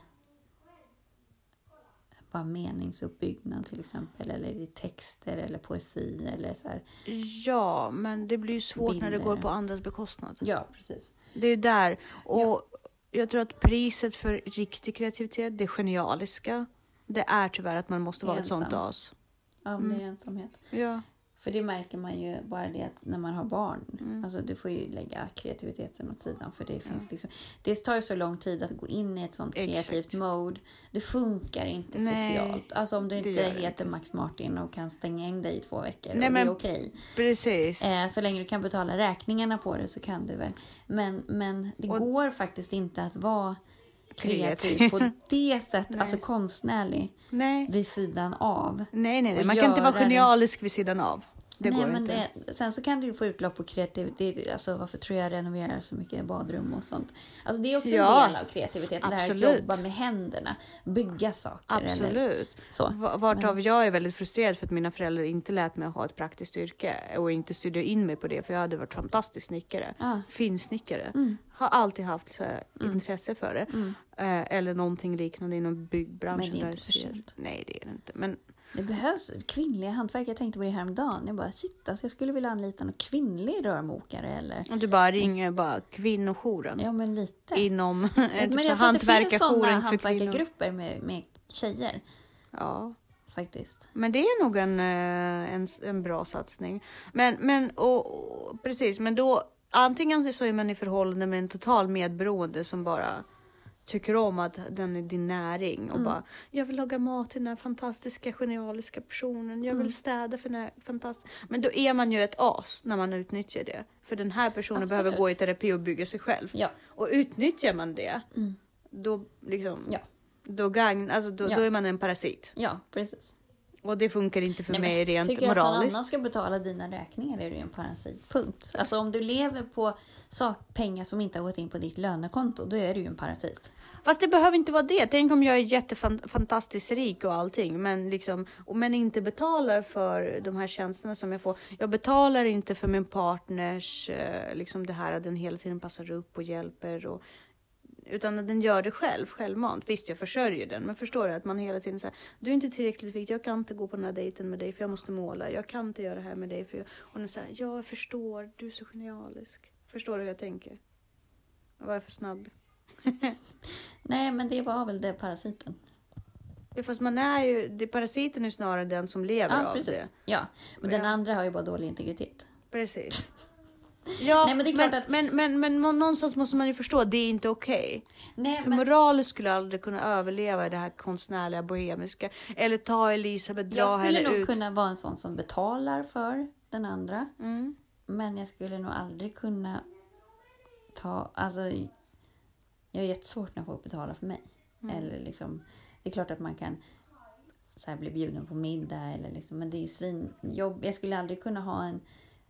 [SPEAKER 2] bara meningsuppbyggnad till exempel. Eller i texter eller poesi eller så här.
[SPEAKER 1] Ja, men det blir ju svårt när det
[SPEAKER 2] Bilder.
[SPEAKER 1] går på andras bekostnad.
[SPEAKER 2] Ja, precis.
[SPEAKER 1] Det är ju där. Och jag tror att priset för riktig kreativitet, det genialiska, det är tyvärr att man måste vara ett
[SPEAKER 2] Ensam.
[SPEAKER 1] sånt as.
[SPEAKER 2] Ja, men det är ensamhet.
[SPEAKER 1] Ja.
[SPEAKER 2] För det märker man ju bara det att när man har barn.
[SPEAKER 1] Mm.
[SPEAKER 2] Alltså du får ju lägga kreativiteten åt sidan. För det finns liksom, det tar ju så lång tid att gå in i ett sånt kreativt
[SPEAKER 1] Exakt.
[SPEAKER 2] mode. Det funkar inte
[SPEAKER 1] Nej,
[SPEAKER 2] socialt. Alltså om du
[SPEAKER 1] det
[SPEAKER 2] inte
[SPEAKER 1] gör det
[SPEAKER 2] heter Max Martin och kan stänga in dig i två veckor.
[SPEAKER 1] Nej,
[SPEAKER 2] och
[SPEAKER 1] men-
[SPEAKER 2] det är okej.
[SPEAKER 1] Precis.
[SPEAKER 2] Eh, så länge du kan betala räkningarna på det så kan du väl. Men, men det
[SPEAKER 1] Och-
[SPEAKER 2] går faktiskt inte att vara kreativ
[SPEAKER 1] Kreativ.
[SPEAKER 2] på det sättet.
[SPEAKER 1] Nej.
[SPEAKER 2] Alltså konstnärlig
[SPEAKER 1] Nej.
[SPEAKER 2] vid sidan av.
[SPEAKER 1] Nej, nej, nej.
[SPEAKER 2] Och
[SPEAKER 1] Man kan inte vara
[SPEAKER 2] göra det.
[SPEAKER 1] genialisk vid sidan av. Det
[SPEAKER 2] Nej,
[SPEAKER 1] går
[SPEAKER 2] men
[SPEAKER 1] inte.
[SPEAKER 2] det, sen så kan du ju få utlopp på kreativitet. Alltså varför tror jag renoverar så mycket badrum och sånt. Alltså det är också
[SPEAKER 1] Ja,
[SPEAKER 2] en del av kreativiteten. Det här att
[SPEAKER 1] absolut.
[SPEAKER 2] jobba med händerna. Bygga saker. Eller,
[SPEAKER 1] Absolut.
[SPEAKER 2] så.
[SPEAKER 1] Va- Vartav jag är väldigt frustrerad för att mina föräldrar inte lät mig ha ett praktiskt yrke och inte styrde in mig på det, för jag hade varit fantastisk snickare.
[SPEAKER 2] Ah.
[SPEAKER 1] Finsnickare.
[SPEAKER 2] Mm.
[SPEAKER 1] Har alltid haft så här,
[SPEAKER 2] Mm.
[SPEAKER 1] intresse för det.
[SPEAKER 2] Mm.
[SPEAKER 1] Eh, eller någonting liknande inom byggbranschen.
[SPEAKER 2] Men det är
[SPEAKER 1] där
[SPEAKER 2] inte
[SPEAKER 1] jag
[SPEAKER 2] för
[SPEAKER 1] ser-
[SPEAKER 2] sent.
[SPEAKER 1] Nej, det är det inte. Men
[SPEAKER 2] Det behövs kvinnliga hantverkare. Jag tänkte på det häromdagen. Jag bara, shit, alltså jag skulle vilja anlita någon kvinnlig rörmokare. Eller...
[SPEAKER 1] om du bara ringer bara kvinnojouren.
[SPEAKER 2] Ja, men lite.
[SPEAKER 1] Inom
[SPEAKER 2] men jag tror att det finns sådana
[SPEAKER 1] hantverkarjouren för kvinnor.
[SPEAKER 2] hantverkargrupper med, med tjejer.
[SPEAKER 1] Ja.
[SPEAKER 2] Faktiskt.
[SPEAKER 1] Men det är nog en, eh, en, en bra satsning. Men, men och, och, precis, men då antingen så är man i förhållande med en total medberoende som bara tycker om att den är din näring och
[SPEAKER 2] Mm.
[SPEAKER 1] bara, jag vill laga mat till den här fantastiska, genialiska personen. Jag vill
[SPEAKER 2] Mm.
[SPEAKER 1] städa för den här fantastiska. Men då är man ju ett as när man utnyttjar det. För den här personen
[SPEAKER 2] Absolut.
[SPEAKER 1] behöver gå i terapi och bygga sig själv.
[SPEAKER 2] Ja.
[SPEAKER 1] Och utnyttjar man det,
[SPEAKER 2] Mm.
[SPEAKER 1] då liksom,
[SPEAKER 2] Ja.
[SPEAKER 1] då gagn, alltså då,
[SPEAKER 2] Ja.
[SPEAKER 1] då är man en parasit.
[SPEAKER 2] Ja, precis.
[SPEAKER 1] Och det funkar inte för
[SPEAKER 2] Nej,
[SPEAKER 1] mig
[SPEAKER 2] men
[SPEAKER 1] rent
[SPEAKER 2] tycker du att någon
[SPEAKER 1] moraliskt.
[SPEAKER 2] annan ska betala dina räkningar är du en parasit. Punkt. Alltså om du lever på sak, pengar som inte har gått in på ditt lönekonto, då är du ju en parasit.
[SPEAKER 1] Fast det behöver inte vara det. Tänk om jag är jättefantastiskt rik och allting. Men, liksom, och men inte betalar för de här tjänsterna som jag får. Jag betalar inte för min partners, eh, liksom det här att den hela tiden passar upp och hjälper. Och, utan att den gör det själv, självmant. Visst, jag försörjer den. Men förstår du att man hela tiden säger, du är inte tillräckligt viktig. Jag kan inte gå på den här dejten med dig för jag måste måla. Jag kan inte göra det här med dig för jag... Och den säger, ja, jag förstår. Du är så genialisk. Förstår du hur jag tänker? Var jag för snabb?
[SPEAKER 2] Nej, men det var väl det parasiten.
[SPEAKER 1] Ja, fast man är ju, det parasiten är snarare den som lever
[SPEAKER 2] Ja,
[SPEAKER 1] av
[SPEAKER 2] precis.
[SPEAKER 1] det.
[SPEAKER 2] Ja, men den
[SPEAKER 1] Ja.
[SPEAKER 2] andra har ju bara dålig integritet.
[SPEAKER 1] Precis. Ja,
[SPEAKER 2] Nej, men det är klart
[SPEAKER 1] men,
[SPEAKER 2] att-
[SPEAKER 1] men, men, men, må- någonstans måste man ju förstå att det är inte okej.
[SPEAKER 2] Nej,
[SPEAKER 1] För
[SPEAKER 2] men
[SPEAKER 1] moraliskt skulle aldrig kunna överleva i det här konstnärliga bohemiska. Eller ta Elisabeth, dra
[SPEAKER 2] jag skulle
[SPEAKER 1] henne
[SPEAKER 2] nog
[SPEAKER 1] ut.
[SPEAKER 2] kunna vara en sån som betalar för den andra.
[SPEAKER 1] Mm.
[SPEAKER 2] Men jag skulle nog aldrig kunna ta... Alltså, jag är jättesvårt när folk betalar för mig.
[SPEAKER 1] Mm.
[SPEAKER 2] Eller liksom, det är klart att man kan så här, bli bjuden på middag. Eller liksom, men det är ju svinjobb. Jag skulle aldrig kunna ha en...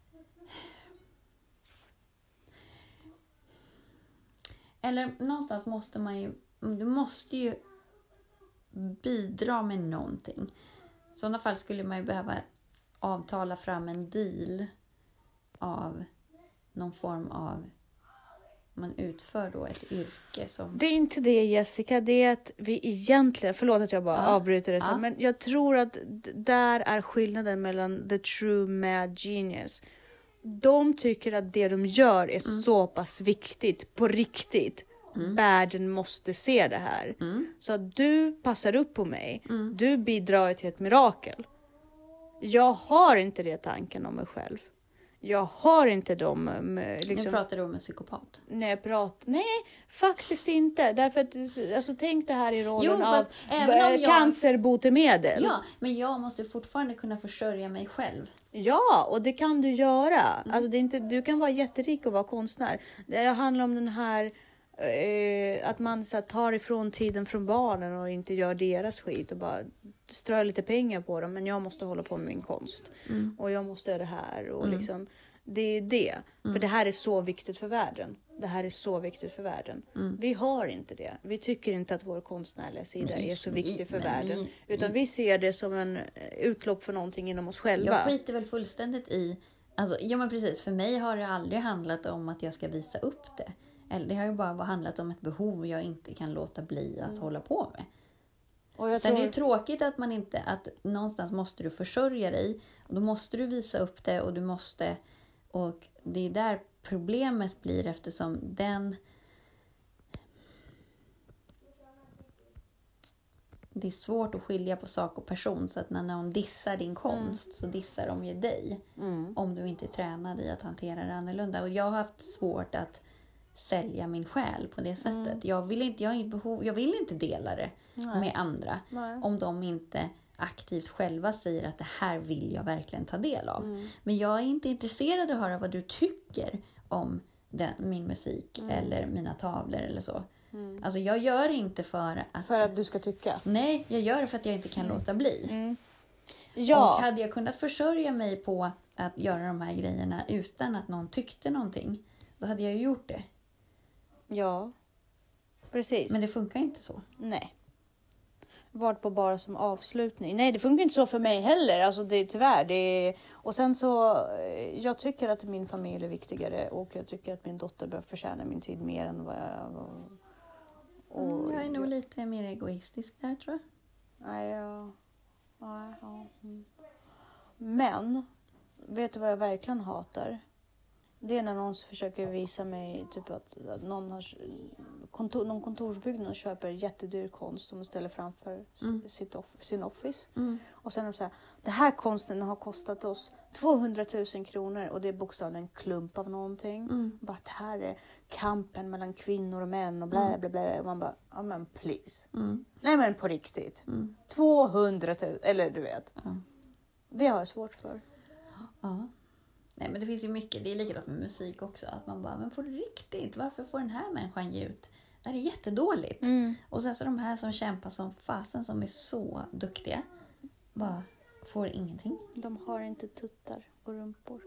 [SPEAKER 2] Eller någonstans måste man ju... Du måste ju bidra med någonting. I sådana fall skulle man ju behöva avtala fram en deal av någon form av, man utför då ett yrke som...
[SPEAKER 1] Det är inte det, Jessica, det är att vi egentligen, förlåt att jag bara
[SPEAKER 2] ja.
[SPEAKER 1] avbryter det så,
[SPEAKER 2] ja.
[SPEAKER 1] men jag tror att d- där är skillnaden mellan the true mad genius. De tycker att det de gör är mm. så pass viktigt, på riktigt. Mm. Världen måste se det här.
[SPEAKER 2] Mm.
[SPEAKER 1] Så att du passar upp på mig,
[SPEAKER 2] mm.
[SPEAKER 1] du bidrar till ett mirakel. Jag har inte det tanken om mig själv. Jag har inte de... Liksom,
[SPEAKER 2] nu pratar du om en psykopat.
[SPEAKER 1] Nej, prat, nej, faktiskt inte. Därför att, alltså, tänk det här i rollen
[SPEAKER 2] jo,
[SPEAKER 1] av
[SPEAKER 2] jag...
[SPEAKER 1] cancerbotemedel.
[SPEAKER 2] Ja, men jag måste fortfarande kunna försörja mig själv.
[SPEAKER 1] Ja, och det kan du göra.
[SPEAKER 2] Mm.
[SPEAKER 1] Alltså, det är inte, du kan vara jätterik och vara konstnär. Det handlar om den här... Eh, att man så här, tar ifrån tiden från barnen och inte gör deras skit och bara strör lite pengar på dem, men jag måste hålla på med min konst
[SPEAKER 2] mm.
[SPEAKER 1] och jag måste göra det här och
[SPEAKER 2] mm.
[SPEAKER 1] liksom, det är det
[SPEAKER 2] mm.
[SPEAKER 1] för det här är så viktigt för världen det här är så viktigt för världen
[SPEAKER 2] mm.
[SPEAKER 1] vi har inte det, vi tycker inte att vår konstnärliga sida nej, är så viktig för
[SPEAKER 2] nej,
[SPEAKER 1] världen
[SPEAKER 2] nej,
[SPEAKER 1] utan vi ser det som en utlopp för någonting inom oss själva.
[SPEAKER 2] Jag skiter väl fullständigt i, alltså, ja men precis, för mig har det aldrig handlat om att jag ska visa upp det. Eller det har ju bara handlat om ett behov jag inte kan låta bli att mm. hålla på med. Och jag Sen tror... är det tråkigt att man inte, att någonstans måste du försörja dig. Och då måste du visa upp det och du måste, och det är där problemet blir eftersom den, det är svårt att skilja på sak och person, så att när någon dissar din konst mm. så dissar de ju dig.
[SPEAKER 1] Mm.
[SPEAKER 2] Om du inte är tränad i att hantera det annorlunda. Och jag har haft svårt att sälja min själ på det sättet. Mm. Jag vill inte, jag har inget behov, jag vill inte dela det Nej. med andra.
[SPEAKER 1] Nej.
[SPEAKER 2] Om de inte aktivt själva säger att det här vill jag verkligen ta del av. Mm. Men jag är inte intresserad av att höra vad du tycker om den, min musik mm. eller mina tavlor eller så. Mm. Alltså jag gör det inte för att...
[SPEAKER 1] För att du ska tycka?
[SPEAKER 2] Nej, jag gör det för att jag inte kan mm. låta bli.
[SPEAKER 1] Mm. Ja.
[SPEAKER 2] Och hade jag kunnat försörja mig på att göra de här grejerna utan att någon tyckte någonting, då hade jag ju gjort det.
[SPEAKER 1] Ja, precis.
[SPEAKER 2] Men det funkar inte så.
[SPEAKER 1] Nej. Vart på bara som avslutning. Nej, det funkar inte så för mig heller. Alltså det är tyvärr. Det är... Och sen så, jag tycker att min familj är viktigare. Och jag tycker att min dotter bör förtjäna min tid mer än vad jag... Och...
[SPEAKER 2] Mm, jag är nog lite mer egoistisk där, tror jag.
[SPEAKER 1] Nej, ja. Nej, ja. Mm. Men, vet du vad jag verkligen hatar? Det är när någon försöker visa mig typ att, att någon, har, kontor, någon kontorsbyggnad köper jättedyr konst som ställer framför mm. sitt off, sin office.
[SPEAKER 2] Mm.
[SPEAKER 1] Och sen är det så här, det här konsten har kostat oss tvåhundratusen kronor och det är bokstavligen en klump av någonting. Mm. Bara det här är kampen mellan kvinnor och män och bla bla bla. Och man bara, ja men please.
[SPEAKER 2] Mm.
[SPEAKER 1] Nej men på riktigt. Mm. tvåhundratusen, eller du vet.
[SPEAKER 2] Mm.
[SPEAKER 1] Det har jag svårt för.
[SPEAKER 2] Ja. Nej, men det finns ju mycket, det är likadant med musik också, att man bara, men på riktigt, varför får den här människan ge ut? Det här är jättedåligt. Mm. Och sen så de här som kämpar som fasen, som är så duktiga, bara får ingenting.
[SPEAKER 1] De har inte tuttar och rumpor.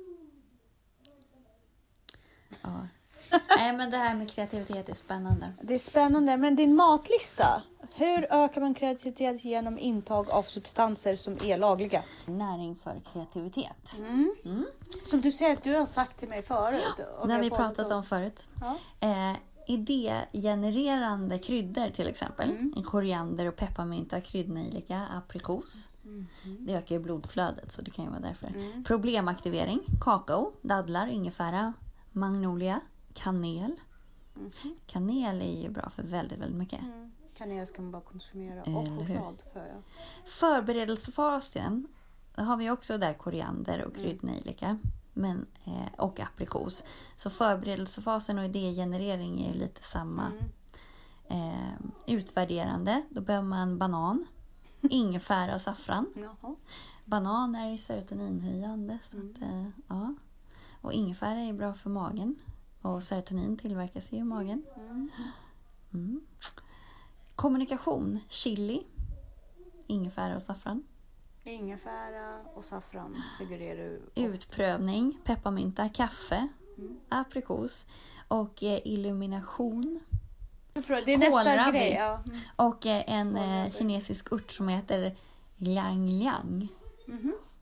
[SPEAKER 2] Ja. Nej, men det här med kreativitet är spännande.
[SPEAKER 1] Det är spännande, men din matlista, hur ökar man kreativitet genom intag av substanser som är lagliga?
[SPEAKER 2] Näring för kreativitet.
[SPEAKER 1] Mm. Mm. Som du säger att du har sagt till mig förut.
[SPEAKER 2] Ja, det har vi pratat om, om förut. Ja. Eh, idégenererande kryddor till exempel. Mm. Koriander och pepparmynta, kryddnejlika, aprikos. Mm. Det ökar ju blodflödet, så det kan ju vara därför. Mm. Problemaktivering, kakao, dadlar, ingefära, magnolia, kanel. Mm. Kanel är ju bra för väldigt, väldigt mycket. Mm.
[SPEAKER 1] Kanel ska man bara konsumera och choklad, hör jag.
[SPEAKER 2] Förberedelsefasen, då har vi också där koriander och kryddnejlika. Mm. Men, eh, och aprikos. Så förberedelsefasen och idégenerering är ju lite samma. Mm. Eh, utvärderande, då behöver man banan, ingefära och saffran.
[SPEAKER 1] Jaha.
[SPEAKER 2] Banan är ju serotoninhöjande. Så
[SPEAKER 1] mm.
[SPEAKER 2] att, eh, ja. Och ingefära är bra för magen. Och serotonin tillverkas ju i magen. Mm. Mm. Kommunikation, chili, ingefära och saffran.
[SPEAKER 1] Ingefära och saffran figurerar.
[SPEAKER 2] Utprövning, pepparmynta, kaffe, mm. aprikos och eh, illumination.
[SPEAKER 1] Det är nästa grej. Ja. Mm.
[SPEAKER 2] Och eh, en eh, kinesisk ört som heter liang liang. Mm-hmm.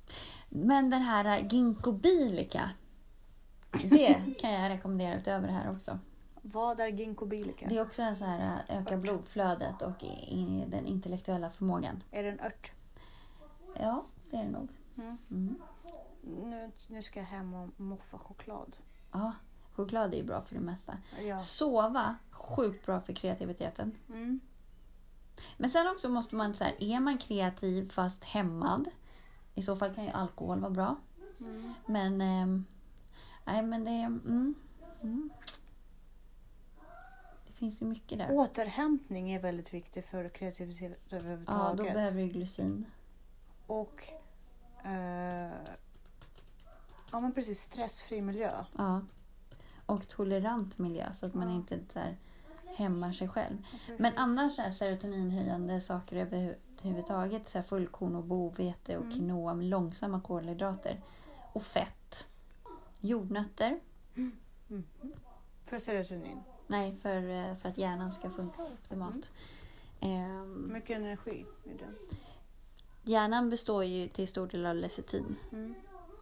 [SPEAKER 2] Men den här ginkgo biloba, det kan jag rekommendera utöver det här också.
[SPEAKER 1] Vad är ginkgo biloba?
[SPEAKER 2] Det är också en så här öka blodflödet och i den intellektuella förmågan.
[SPEAKER 1] Är det en ört?
[SPEAKER 2] Ja, det är det nog.
[SPEAKER 1] Mm.
[SPEAKER 2] Mm.
[SPEAKER 1] Nu, nu ska jag hem och moffa choklad.
[SPEAKER 2] Ja, choklad är ju bra för det mesta.
[SPEAKER 1] Ja.
[SPEAKER 2] Sova, sjukt bra för kreativiteten.
[SPEAKER 1] Mm.
[SPEAKER 2] Men sen också måste man så här, är man kreativ fast hämmad, i så fall kan ju alkohol vara bra.
[SPEAKER 1] Mm.
[SPEAKER 2] Men, eh, nej men det, mm, mm. det finns ju mycket där.
[SPEAKER 1] Återhämtning är väldigt viktigt för kreativitet överhuvudtaget.
[SPEAKER 2] Ja, då behöver du glycin.
[SPEAKER 1] Och eh, ja men precis, stressfri miljö.
[SPEAKER 2] Ja. Och tolerant miljö så att man
[SPEAKER 1] Ja.
[SPEAKER 2] inte så här, hämmar sig själv.
[SPEAKER 1] Precis.
[SPEAKER 2] Men annars är serotoninhöjande saker överhuvudtaget, så här fullkorn och bovete och
[SPEAKER 1] Mm.
[SPEAKER 2] quinoa med långsamma kolhydrater. Och fett. Jordnötter.
[SPEAKER 1] Mm. För serotonin.
[SPEAKER 2] Nej, för, för att hjärnan ska funka optimalt. Ehm,
[SPEAKER 1] Mycket energi i det.
[SPEAKER 2] hjärnan består ju till stor del av lecitin.
[SPEAKER 1] Mm.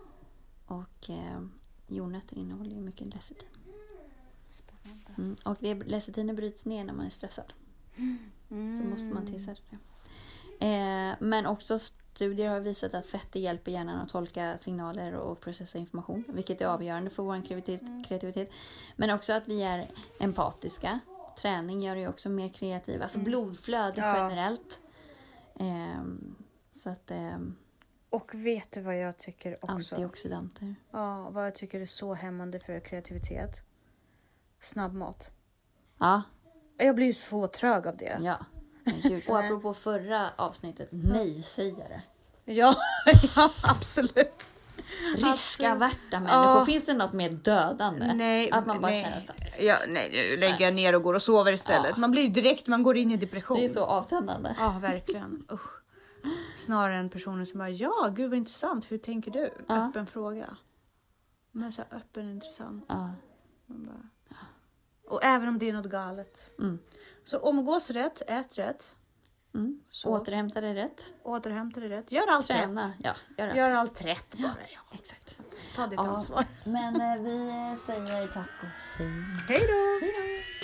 [SPEAKER 2] Och eh, jordnötter innehåller ju mycket lecitin.
[SPEAKER 1] Spännande.
[SPEAKER 2] Mm. Och det, lecitiner bryts ner när man är stressad.
[SPEAKER 1] Mm.
[SPEAKER 2] Så måste man tillsätta det. Eh, men också studier har visat att fetter hjälper hjärnan att tolka signaler och processa information. Vilket är avgörande för vår kreativ- kreativitet. Men också att vi är empatiska. Träning gör ju också mer kreativa. Alltså blodflöde
[SPEAKER 1] Ja.
[SPEAKER 2] generellt. Eh, så att... Eh,
[SPEAKER 1] Och vet du vad jag tycker också?
[SPEAKER 2] antioxidanter.
[SPEAKER 1] Ja, vad jag tycker är så hämmande för kreativitet? Snabbmat.
[SPEAKER 2] Ja,
[SPEAKER 1] Jag blir ju så trög av det.
[SPEAKER 2] ja. Men gud. Och apropå förra avsnittet, nej-sägare.
[SPEAKER 1] Ja, ja absolut.
[SPEAKER 2] Riskavärta människor.
[SPEAKER 1] Ja.
[SPEAKER 2] Finns det något mer dödande?
[SPEAKER 1] Nej,
[SPEAKER 2] Att man bara
[SPEAKER 1] nej.
[SPEAKER 2] känner så här.
[SPEAKER 1] Ja, nej, nu lägger jag ner och går och sover istället.
[SPEAKER 2] Ja.
[SPEAKER 1] Man blir ju direkt, man går in i depression.
[SPEAKER 2] Det är så avtändande.
[SPEAKER 1] Ja, verkligen. Usch. Snarare än personer som bara, ja, gud vad intressant. Hur tänker du?
[SPEAKER 2] Ja.
[SPEAKER 1] Öppen fråga. Men så här, öppen och intressant.
[SPEAKER 2] Ja.
[SPEAKER 1] Man bara... Och även om det är något galet.
[SPEAKER 2] Mm.
[SPEAKER 1] Så omgås rätt, ät rätt.
[SPEAKER 2] Mm.
[SPEAKER 1] Så.
[SPEAKER 2] Återhämta dig rätt.
[SPEAKER 1] Återhämta dig rätt. Gör allt
[SPEAKER 2] Träna.
[SPEAKER 1] rätt.
[SPEAKER 2] Ja, gör allt.
[SPEAKER 1] Gör allt rätt bara. Ja.
[SPEAKER 2] Exakt.
[SPEAKER 1] Ta ditt
[SPEAKER 2] Ja.
[SPEAKER 1] ansvar.
[SPEAKER 2] Men eh, vi säger tack och hej.
[SPEAKER 1] Hej då!
[SPEAKER 2] Hej då.